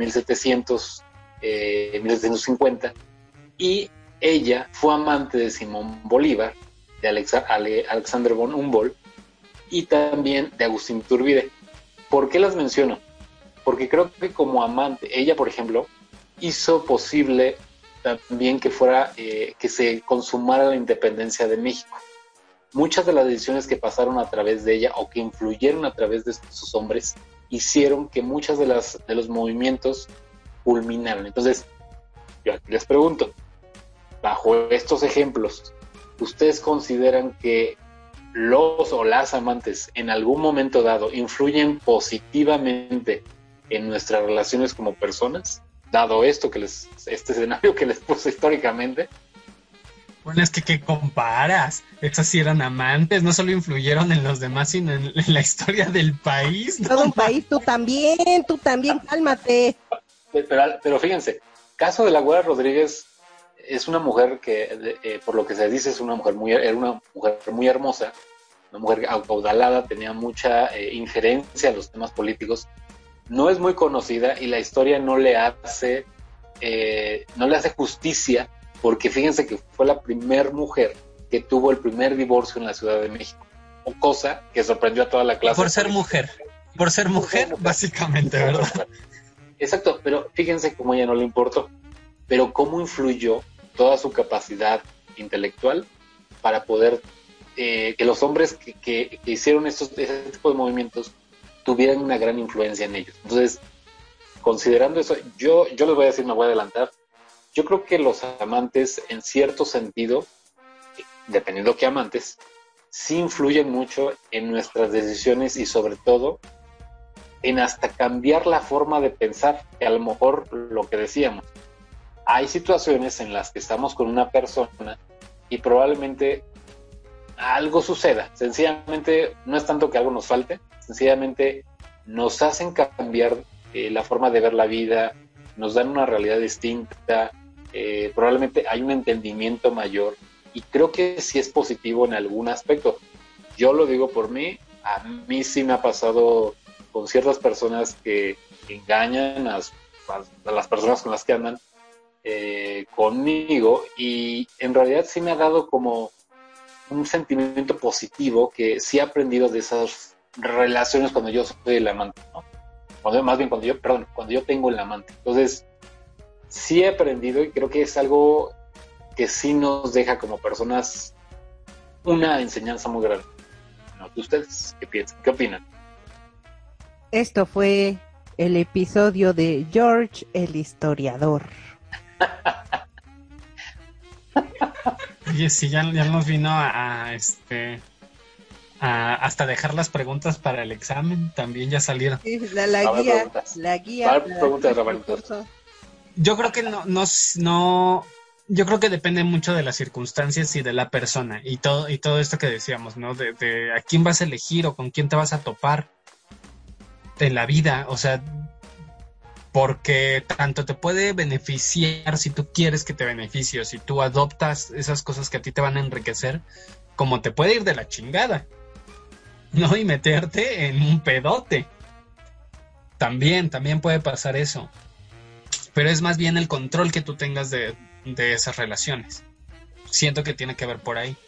1750, y ella fue amante de Simón Bolívar, de Alexander von Humboldt y también de Agustín Iturbide. ¿Por qué las menciono? Porque creo que como amante, ella, por ejemplo, hizo posible también que se consumara la independencia de México. Muchas de las decisiones que pasaron a través de ella o que influyeron a través de sus hombres hicieron que muchas de los movimientos culminaran. Entonces, yo aquí les pregunto, bajo estos ejemplos, ¿ustedes consideran que los o las amantes en algún momento dado influyen positivamente en nuestras relaciones como personas? Dado este escenario que les puse históricamente. Bueno, es que ¿qué comparas? Esas sí eran amantes, no solo influyeron en los demás, sino en la historia del país. ¿No? Todo un país, tú también, cálmate. Pero fíjense, caso de la Güera Rodríguez, es una mujer que, por lo que se dice, era una mujer muy hermosa, una mujer acaudalada, tenía mucha injerencia en los temas políticos. No es muy conocida y la historia no le hace justicia, porque fíjense que fue la primer mujer que tuvo el primer divorcio en la Ciudad de México, cosa que sorprendió a toda la clase. Por ser mujer, básicamente, ¿verdad? Exacto, pero fíjense cómo a ella no le importó, pero cómo influyó toda su capacidad intelectual para poder que los hombres que hicieron ese tipo de movimientos tuvieran una gran influencia en ellos. Entonces, considerando eso, yo les voy a decir, me voy a adelantar, yo creo que los amantes, en cierto sentido, dependiendo qué amantes, sí influyen mucho en nuestras decisiones y sobre todo en hasta cambiar la forma de pensar, que a lo mejor lo que decíamos, hay situaciones en las que estamos con una persona y probablemente algo suceda, sencillamente no es tanto que algo nos falte, sencillamente nos hacen cambiar la forma de ver la vida, nos dan una realidad distinta, probablemente hay un entendimiento mayor y creo que sí es positivo en algún aspecto. Yo lo digo por mí, a mí sí me ha pasado con ciertas personas que engañan a las personas con las que andan conmigo, y en realidad sí me ha dado como un sentimiento positivo que sí he aprendido de esas relaciones cuando yo soy el amante, ¿no? Cuando yo tengo el amante. Entonces, sí he aprendido y creo que es algo que sí nos deja como personas una enseñanza muy grande. ¿No? ¿Ustedes qué piensan? ¿Qué opinan? Esto fue el episodio de George el historiador. Oye, sí, ya nos vino a hasta dejar las preguntas para el examen, también ya salieron. Sí, la guía. Preguntas, Roberto. Yo creo que no, yo creo que depende mucho de las circunstancias y de la persona y todo esto que decíamos, ¿no? De a quién vas a elegir o con quién te vas a topar en la vida, o sea, porque tanto te puede beneficiar si tú quieres que te beneficie, si tú adoptas esas cosas que a ti te van a enriquecer, como te puede ir de la chingada, ¿no? Y meterte en un pedote. También puede pasar eso. Pero es más bien el control que tú tengas de esas relaciones. Siento que tiene que ver por ahí.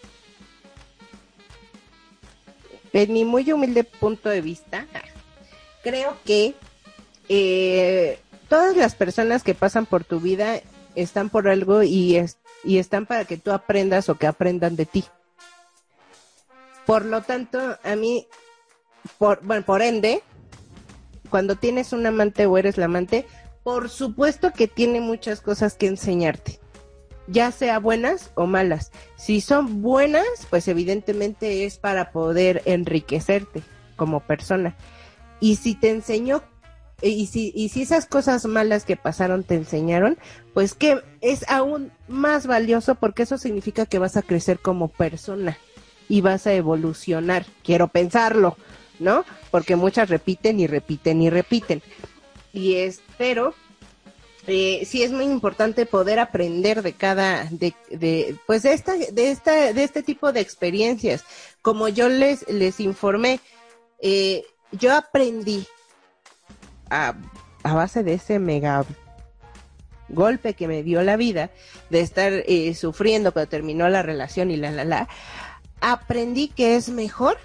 En mi muy humilde punto de vista, creo que todas las personas que pasan por tu vida están por algo y están para que tú aprendas o que aprendan de ti. Por lo tanto, a mí, por ende, cuando tienes un amante o eres la amante, por supuesto que tiene muchas cosas que enseñarte, ya sea buenas o malas. Si son buenas, pues evidentemente es para poder enriquecerte como persona. Y si te enseñó, y si esas cosas malas que pasaron te enseñaron, pues que es aún más valioso, porque eso significa que vas a crecer como persona y vas a evolucionar. Quiero pensarlo, ¿no? Porque muchas repiten y repiten y repiten. Pero sí es muy importante poder aprender de este tipo de experiencias. Como yo les informé, yo aprendí a base de ese mega golpe que me dio la vida, de estar sufriendo cuando terminó la relación y aprendí que es mejor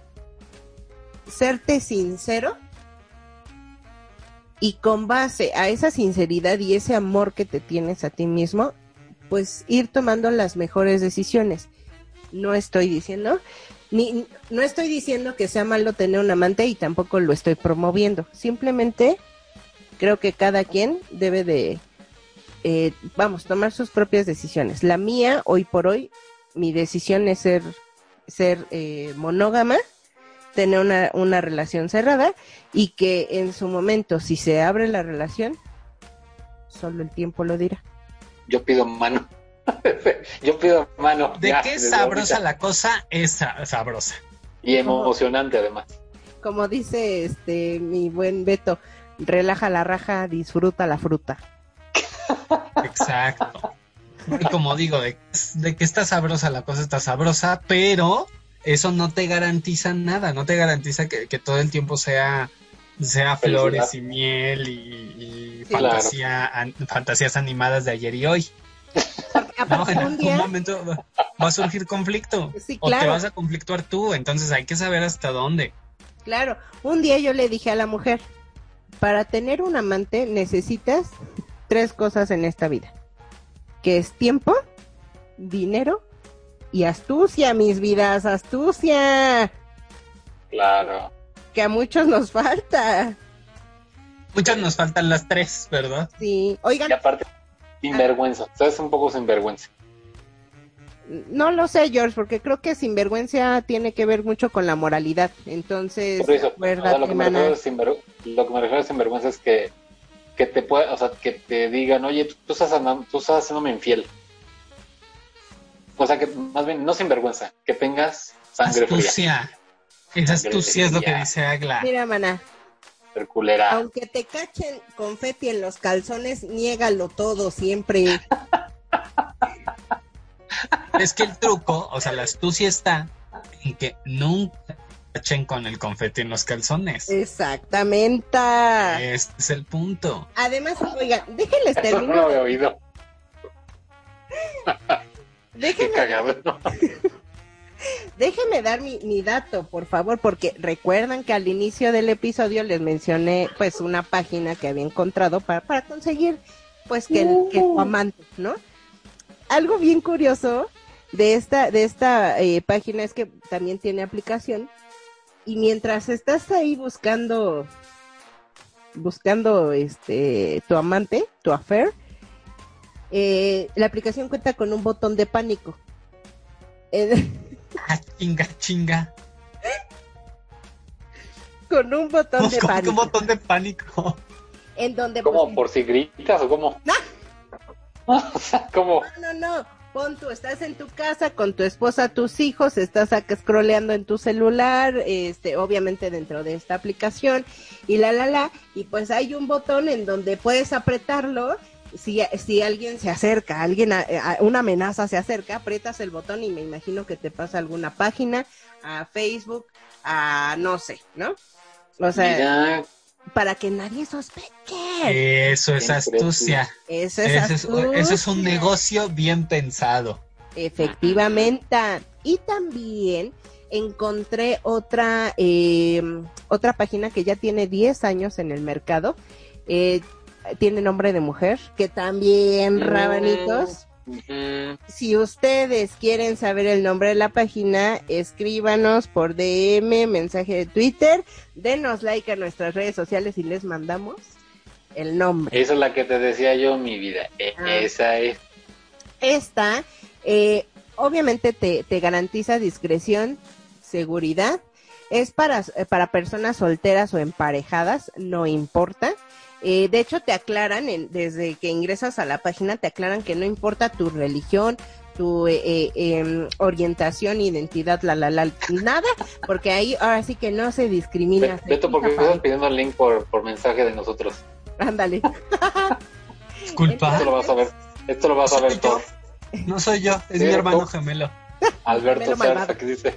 serte sincero y con base a esa sinceridad y ese amor que te tienes a ti mismo, pues ir tomando las mejores decisiones. No estoy diciendo que sea malo tener un amante y tampoco lo estoy promoviendo. Simplemente creo que cada quien debe de tomar sus propias decisiones. La mía, hoy por hoy, mi decisión es ser monógama, tener una relación cerrada, y que en su momento, si se abre la relación, solo el tiempo lo dirá. Yo pido mano. Yo pido mano. De qué es sabrosa la cosa, es sabrosa. Y emocionante además. Como dice mi buen Beto, relaja la raja, disfruta la fruta. Exacto. Y como digo, de que está sabrosa la cosa, está sabrosa, pero eso no te garantiza nada, no te garantiza que todo el tiempo sea flores y miel y sí, fantasías animadas de ayer y hoy. No, en algún momento va a surgir conflicto, sí, claro. O te vas a conflictuar tú, entonces hay que saber hasta dónde. Claro, un día yo le dije a la mujer, para tener un amante necesitas 3 cosas en esta vida, que es tiempo, dinero y astucia, mis vidas, astucia. Claro. Que a muchos nos falta. Muchas nos faltan las 3, ¿verdad? Sí, oigan. Y aparte, sinvergüenza, ¿sabes? Un poco sinvergüenza. No lo sé, George, porque creo que sinvergüenza tiene que ver mucho con la moralidad. Entonces, por eso, lo que me refiero a sinvergüenza es que te puede, o sea, que te digan, oye, tú estás haciéndome infiel. O sea, que más bien, no sinvergüenza, que tengas sangre astucia. Fría. Esa astucia es lo que dice Agla. Mira, maná. Culera. Aunque te cachen confeti en los calzones, niégalo todo siempre. Es que el truco, o sea, la astucia está en que nunca cachen con el confeti en los calzones. Exactamente. Este es el punto. Además, oigan, déjenles terminar. No lo había oído. Déjenme... Qué cagado, ¿no? déjeme dar mi dato, por favor, porque recuerdan que al inicio del episodio les mencioné pues una página que había encontrado para conseguir pues que tu amante, ¿no? Algo bien curioso de esta página es que también tiene aplicación y mientras estás ahí buscando tu amante, tu affair, la aplicación cuenta con un botón de pánico. Chinga. Con un botón de pánico. Un botón de pánico. En donde ¿Cómo? ¿Por si gritas o cómo? ¿Cómo? No. Pon tú, estás en tu casa con tu esposa, tus hijos, estás acá scrolleando en tu celular, obviamente dentro de esta aplicación, y y pues hay un botón en donde puedes apretarlo. Si alguien se acerca, una amenaza se acerca, aprietas el botón y me imagino que te pasa alguna página, a Facebook, a no sé, ¿no? O sea, Mira, para que nadie sospeche. Eso es astucia. Eso es un negocio bien pensado. Efectivamente. Y también encontré otra página que ya tiene 10 años en el mercado. Tiene nombre de mujer, que también, rabanitos. Si ustedes quieren saber el nombre de la página, escríbanos por DM, mensaje de Twitter, denos like a nuestras redes sociales y les mandamos el nombre. Esa es la que te decía yo, mi vida. Esa es. Esta, obviamente te garantiza discreción, seguridad. Es para personas solteras o emparejadas, no importa. De hecho, te aclaran, desde que ingresas a la página, te aclaran que no importa tu religión, tu orientación, identidad, nada, porque ahí ahora sí que no se discrimina. Beto, porque estás pidiendo el link por mensaje de nosotros. Ándale. Disculpa. Esto lo vas a ver todo. No soy yo, es mi hermano gemelo. Alberto Zarza, que dice.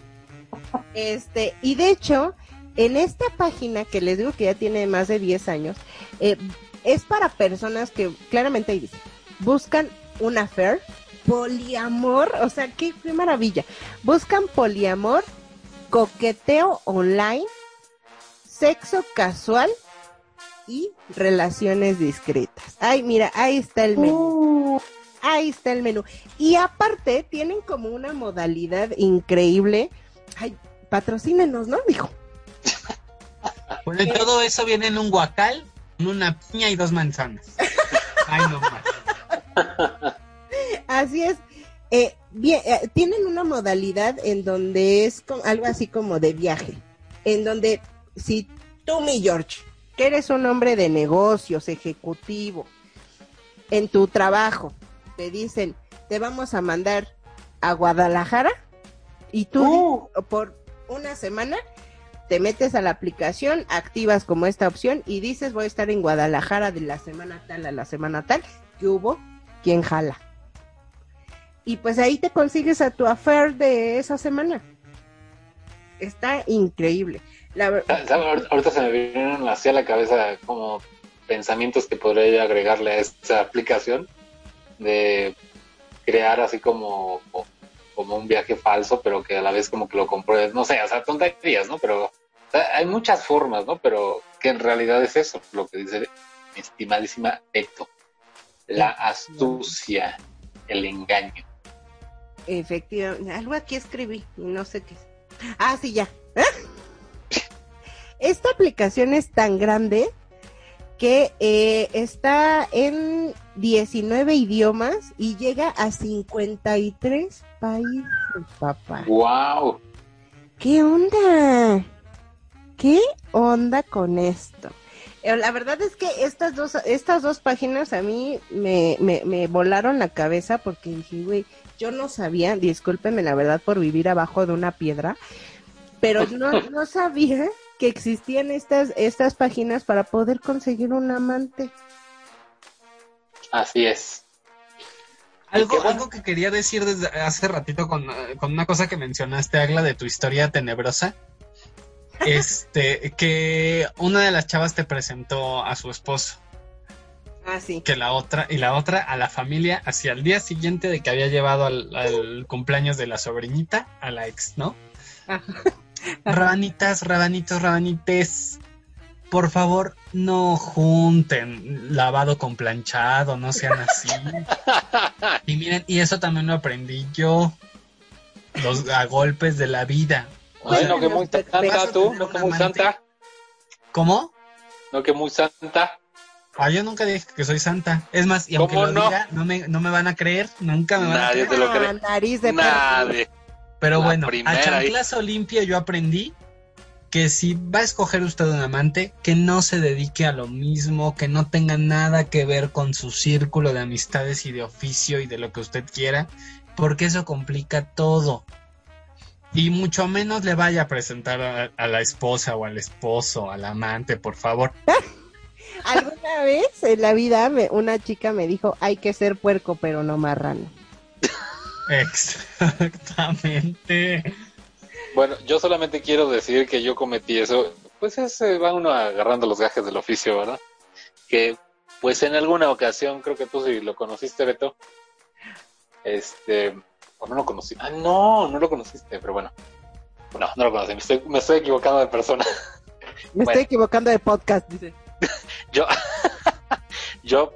Y de hecho, en esta página que les digo que ya tiene más de 10 años, es para personas que claramente ahí dice, buscan un affair, poliamor, o sea, qué maravilla. Buscan poliamor, coqueteo online, sexo casual y relaciones discretas. Ay, mira, ahí está el menú. Ahí está el menú. Y aparte, tienen como una modalidad increíble. Ay, patrocínenos, ¿no, mijo? Bueno, y todo eso viene en un guacal, en una piña y 2 manzanas. Ay, no más. Así es. Bien, tienen una modalidad en donde es algo así como de viaje. En donde, si tú, mi George, que eres un hombre de negocios, ejecutivo, en tu trabajo, te dicen, te vamos a mandar a Guadalajara, y tú por una semana te metes a la aplicación, activas como esta opción y dices, voy a estar en Guadalajara de la semana tal a la semana tal, que hubo quien jala. Y pues ahí te consigues a tu affair de esa semana. Está increíble. Ahorita se me vinieron hacia la cabeza como pensamientos que podría agregarle a esta aplicación, de crear así como un viaje falso, pero que a la vez como que lo compruebes, no sé, o sea, tonterías, ¿no? Pero o sea, hay muchas formas, ¿no? Pero que en realidad es eso, lo que dice mi estimadísima Beto, la astucia, el engaño. Efectivamente, algo aquí escribí y no sé qué es. Ah, sí, ya. Esta aplicación es tan grande que está en 19 idiomas y llega a 53 países, papá. ¡Wow! ¿Qué onda? ¿Qué onda con esto? La verdad es que estas dos páginas a mí me volaron la cabeza porque dije, güey, yo no sabía, discúlpeme la verdad por vivir abajo de una piedra, pero no sabía que existían estas páginas para poder conseguir un amante. Así es. Algo que quería decir desde hace ratito con una cosa que mencionaste, Agla, de tu historia tenebrosa. Que una de las chavas te presentó a su esposo. Ah, sí. Que la otra a la familia hacia el día siguiente de que había llevado al cumpleaños de la sobrinita, a la ex, ¿no? Rabanitas, rabanitos, rabanites, por favor, no junten lavado con planchado, no sean así. Y miren, y eso también lo aprendí yo, a golpes de la vida. Ay, no que muy santa tú, no que muy santa. ¿Cómo? No que muy santa. Yo nunca dije que soy santa. Es más, y aunque lo diga, no me van a creer, nunca me van a creer. Nadie te lo cree. Nariz de Nadie. Pero La bueno, a primera chanclazo limpio yo aprendí que si va a escoger usted un amante, que no se dedique a lo mismo, que no tenga nada que ver con su círculo de amistades y de oficio y de lo que usted quiera, porque eso complica todo. Y mucho menos le vaya a presentar a la esposa o al esposo, al amante, por favor. Alguna vez en la vida una chica me dijo, hay que ser puerco, pero no marrano. Exactamente. Bueno, yo solamente quiero decir que yo cometí eso. Pues va uno agarrando los gajes del oficio, ¿verdad? Que pues en alguna ocasión, creo que tú sí lo conociste, Beto. O no lo conocí. No lo conociste, pero bueno. No lo conocí. Me estoy equivocando de persona. Estoy equivocando de podcast, dice. Yo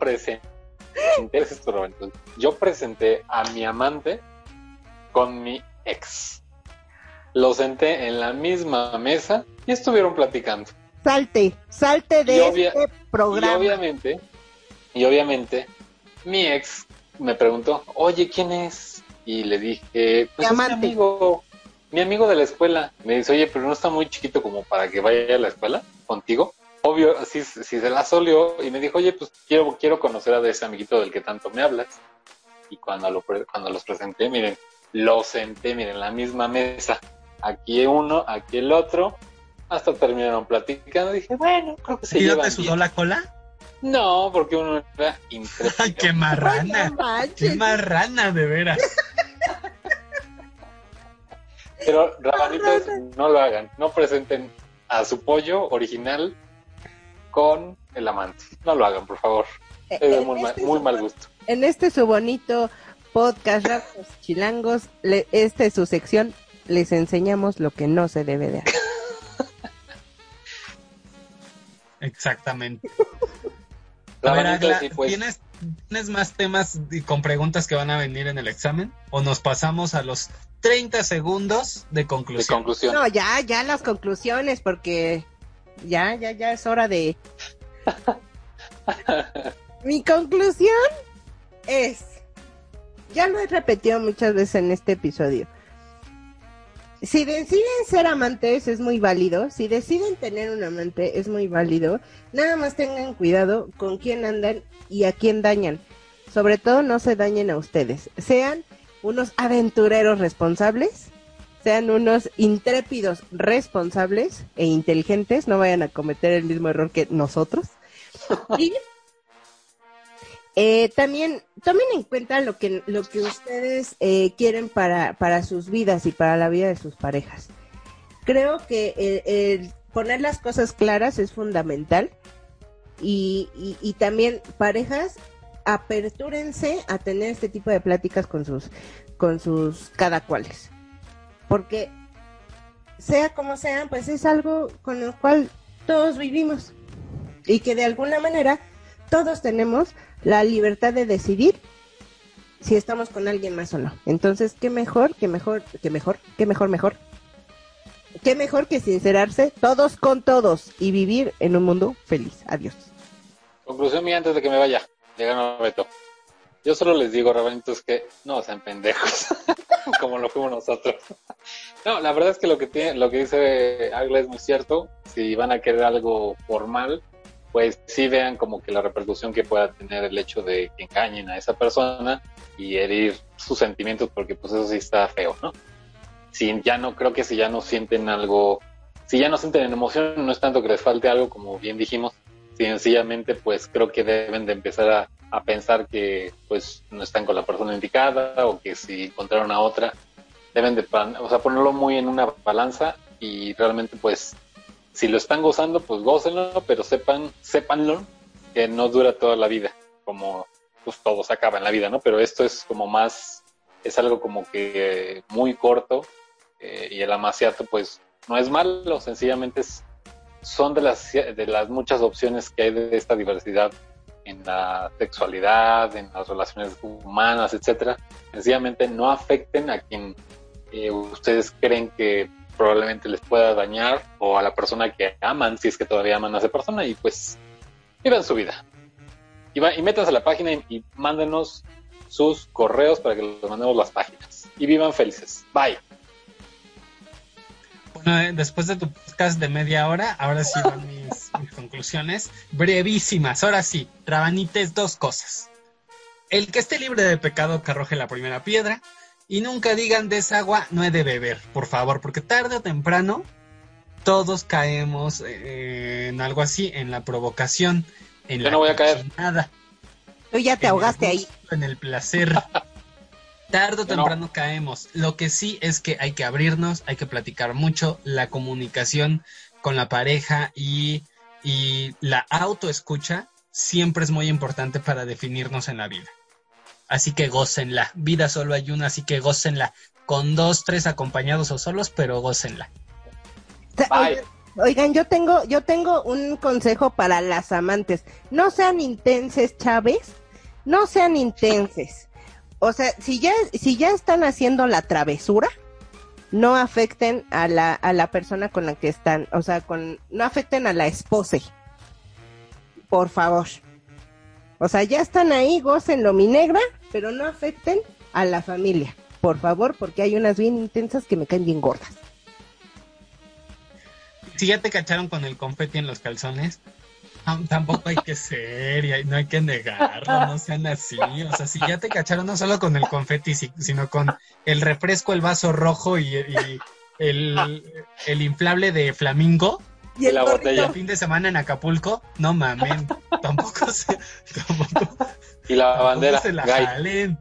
presenté a mi amante con mi ex. Lo senté en la misma mesa y estuvieron platicando. Salte de este programa. Y obviamente, mi ex me preguntó, oye, ¿quién es? Y le dije, pues es mi amigo de la escuela. Me dice, oye, pero no está muy chiquito como para que vaya a la escuela contigo. Obvio, sí se la solió y me dijo, oye, pues quiero conocer a ese amiguito del que tanto me hablas. Y cuando los presenté, miren, los senté, miren, en la misma mesa. Aquí uno, aquí el otro. Hasta terminaron platicando. Dije, bueno, creo que se llevan bien. ¿Y no te sudó la cola? No, porque uno era intrépido. ¡Ay, qué marrana! Ay, ¡Qué marrana, de veras! Pero, rabanitos, no lo hagan. No presenten a su pollo original con el amante. No lo hagan, por favor. Es de muy mal gusto. En su bonito podcast, Ratos Chilangos, es su sección, les enseñamos lo que no se debe de hacer. Exactamente. A ver, Agla, ¿tienes más temas con preguntas que van a venir en el examen? ¿O nos pasamos a los 30 segundos de conclusión? No, ya las conclusiones, porque ya es hora de... Mi conclusión es, ya lo he repetido muchas veces en este episodio, si deciden ser amantes es muy válido, si deciden tener un amante es muy válido, nada más tengan cuidado con quién andan y a quién dañan, sobre todo no se dañen a ustedes, sean unos aventureros responsables, sean unos intrépidos responsables e inteligentes, no vayan a cometer el mismo error que nosotros. Y también tomen en cuenta lo que ustedes quieren para sus vidas y para la vida de sus parejas. Creo que el poner las cosas claras es fundamental y también parejas, apertúrense a tener este tipo de pláticas con sus cada cuales, porque sea como sea, pues es algo con lo cual todos vivimos y que de alguna manera todos tenemos la libertad de decidir si estamos con alguien más o no. Entonces, qué mejor que sincerarse todos con todos y vivir en un mundo feliz. Adiós. Conclusión mía antes de que me vaya. Llegando a Beto. Yo solo les digo, rabanitos, que no sean pendejos, como lo fuimos nosotros. No, la verdad es que lo que dice Agla es muy cierto. Si van a querer algo formal, pues sí vean como que la repercusión que pueda tener el hecho de que engañen a esa persona y herir sus sentimientos, porque pues eso sí está feo, ¿no? Si ya no sienten algo, si ya no sienten emoción, no es tanto que les falte algo, como bien dijimos, sencillamente pues creo que deben de empezar a pensar que pues no están con la persona indicada, o que si encontraron a otra, deben de ponerlo muy en una balanza y realmente pues si lo están gozando, pues gócenlo, pero sépanlo que no dura toda la vida, como pues todo se acaba en la vida, ¿no? Pero esto es como más, es algo como que muy corto y el amaciato pues no es malo, sencillamente son de las muchas opciones que hay de esta diversidad en la sexualidad, en las relaciones humanas, etcétera. Sencillamente no afecten a quien ustedes creen que probablemente les pueda dañar, o a la persona que aman, si es que todavía aman a esa persona, y pues vivan su vida. Y métanse a la página y mándenos sus correos para que les mandemos las páginas. Y vivan felices. Bye. Bueno, después de tu podcast de media hora, ahora sí van mis conclusiones brevísimas. Ahora sí, rabanites, 2 cosas. El que esté libre de pecado que arroje la primera piedra, y nunca digan de esa agua no he de beber, por favor, porque tarde o temprano todos caemos en algo así, en la provocación, en Yo no voy a caer. Nada. Tú ya te ahogaste ahí. En el placer. Tarde o temprano caemos. Lo que sí es que hay que abrirnos, hay que platicar mucho. La comunicación con la pareja y la autoescucha siempre es muy importante para definirnos en la vida. Así que gócenla. Vida solo hay una, así que gócenla. Con 2, 3 acompañados o solos, pero gócenla. Bye. Oigan, yo tengo un consejo para las amantes. No sean intenses, Chávez. No sean intenses. O sea, si ya están haciendo la travesura, no afecten a la persona con la que están. O sea, no afecten a la esposa. Por favor. O sea, ya están ahí, gócenlo, mi negra, pero no afecten a la familia. Por favor, porque hay unas bien intensas que me caen bien gordas. Si ya te cacharon con el confeti en los calzones, tampoco hay que ser, y no hay que negarlo, no sean así. O sea, si ya te cacharon no solo con el confeti, sino con el refresco, el vaso rojo y el inflable de flamingo, Y el la gorrito. botella. el fin de semana en Acapulco, no mamen, tampoco Y la bandera. se la Gay. jalen.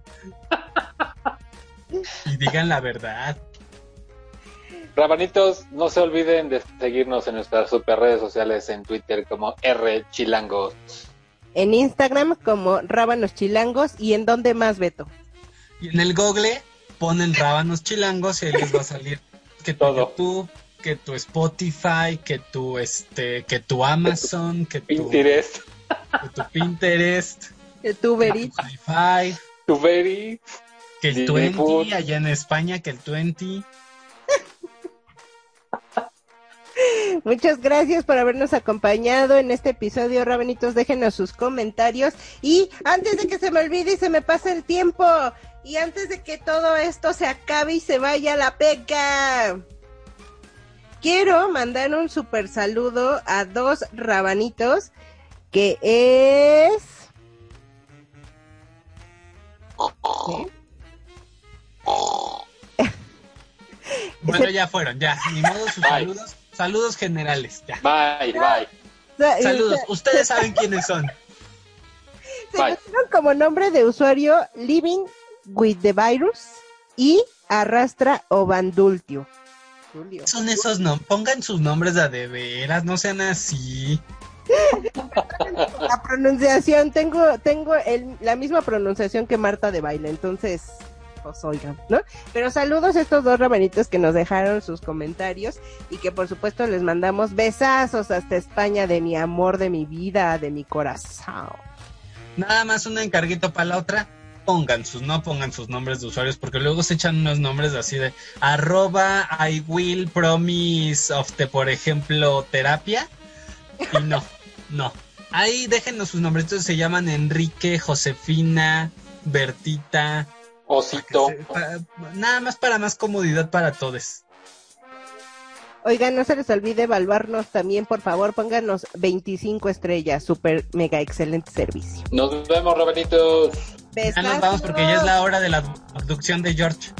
Y digan la verdad. Rabanitos, no se olviden de seguirnos en nuestras super redes sociales, en Twitter como rchilangos. En Instagram como Rábanos Chilangos. ¿Y en dónde más, Beto? Y en el Google ponen rábanos chilangos y ahí les va a salir que tu Todo. YouTube, que tu Spotify, que tu Amazon, que tu Pinterest, Pinterest, Tu que Verito. tu Hi-Fi, tu Very. que el Disney 20 Food. allá en España, que el 20. Muchas gracias por habernos acompañado en este episodio, Rabanitos. Déjenos sus comentarios. Y antes de que se me olvide y se me pase el tiempo, y antes de que todo esto se acabe y se vaya a la peca, quiero mandar un super saludo a 2 rabanitos, que es... Bueno, ya fueron, ya, ni modo sus Bye. saludos generales, ya. Bye, bye. Saludos, ustedes saben quiénes son. Se Bye. pusieron como nombre de usuario Living with the Virus y Arrastra o Bandultio. Julio. Son esos nombres, pongan sus nombres de veras, no sean así. La pronunciación, tengo la misma pronunciación que Marta de Baile, entonces, pues oigan, ¿no? Pero saludos a estos 2 rabanitos que nos dejaron sus comentarios y que por supuesto les mandamos besazos hasta España, de mi amor, de mi vida, de mi corazón. Nada más un encarguito para la otra. No pongan sus nombres de usuarios, porque luego se echan unos nombres así de @I will promise of the, por ejemplo, terapia. Y no. Ahí déjenos sus nombrecitos, se llaman Enrique, Josefina, Bertita. Osito. Nada más para más comodidad para todos. Oigan, no se les olvide evaluarnos también, por favor, pónganos 25 estrellas, super mega excelente servicio. Nos vemos, Rabanitos. Ya nos vamos porque ya es la hora de la abducción de George.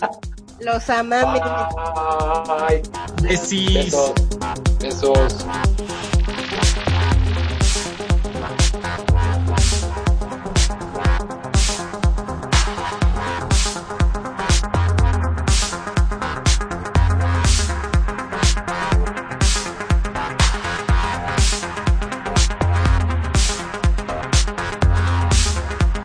Los amamos. Bye. Besis. Besos. Besos.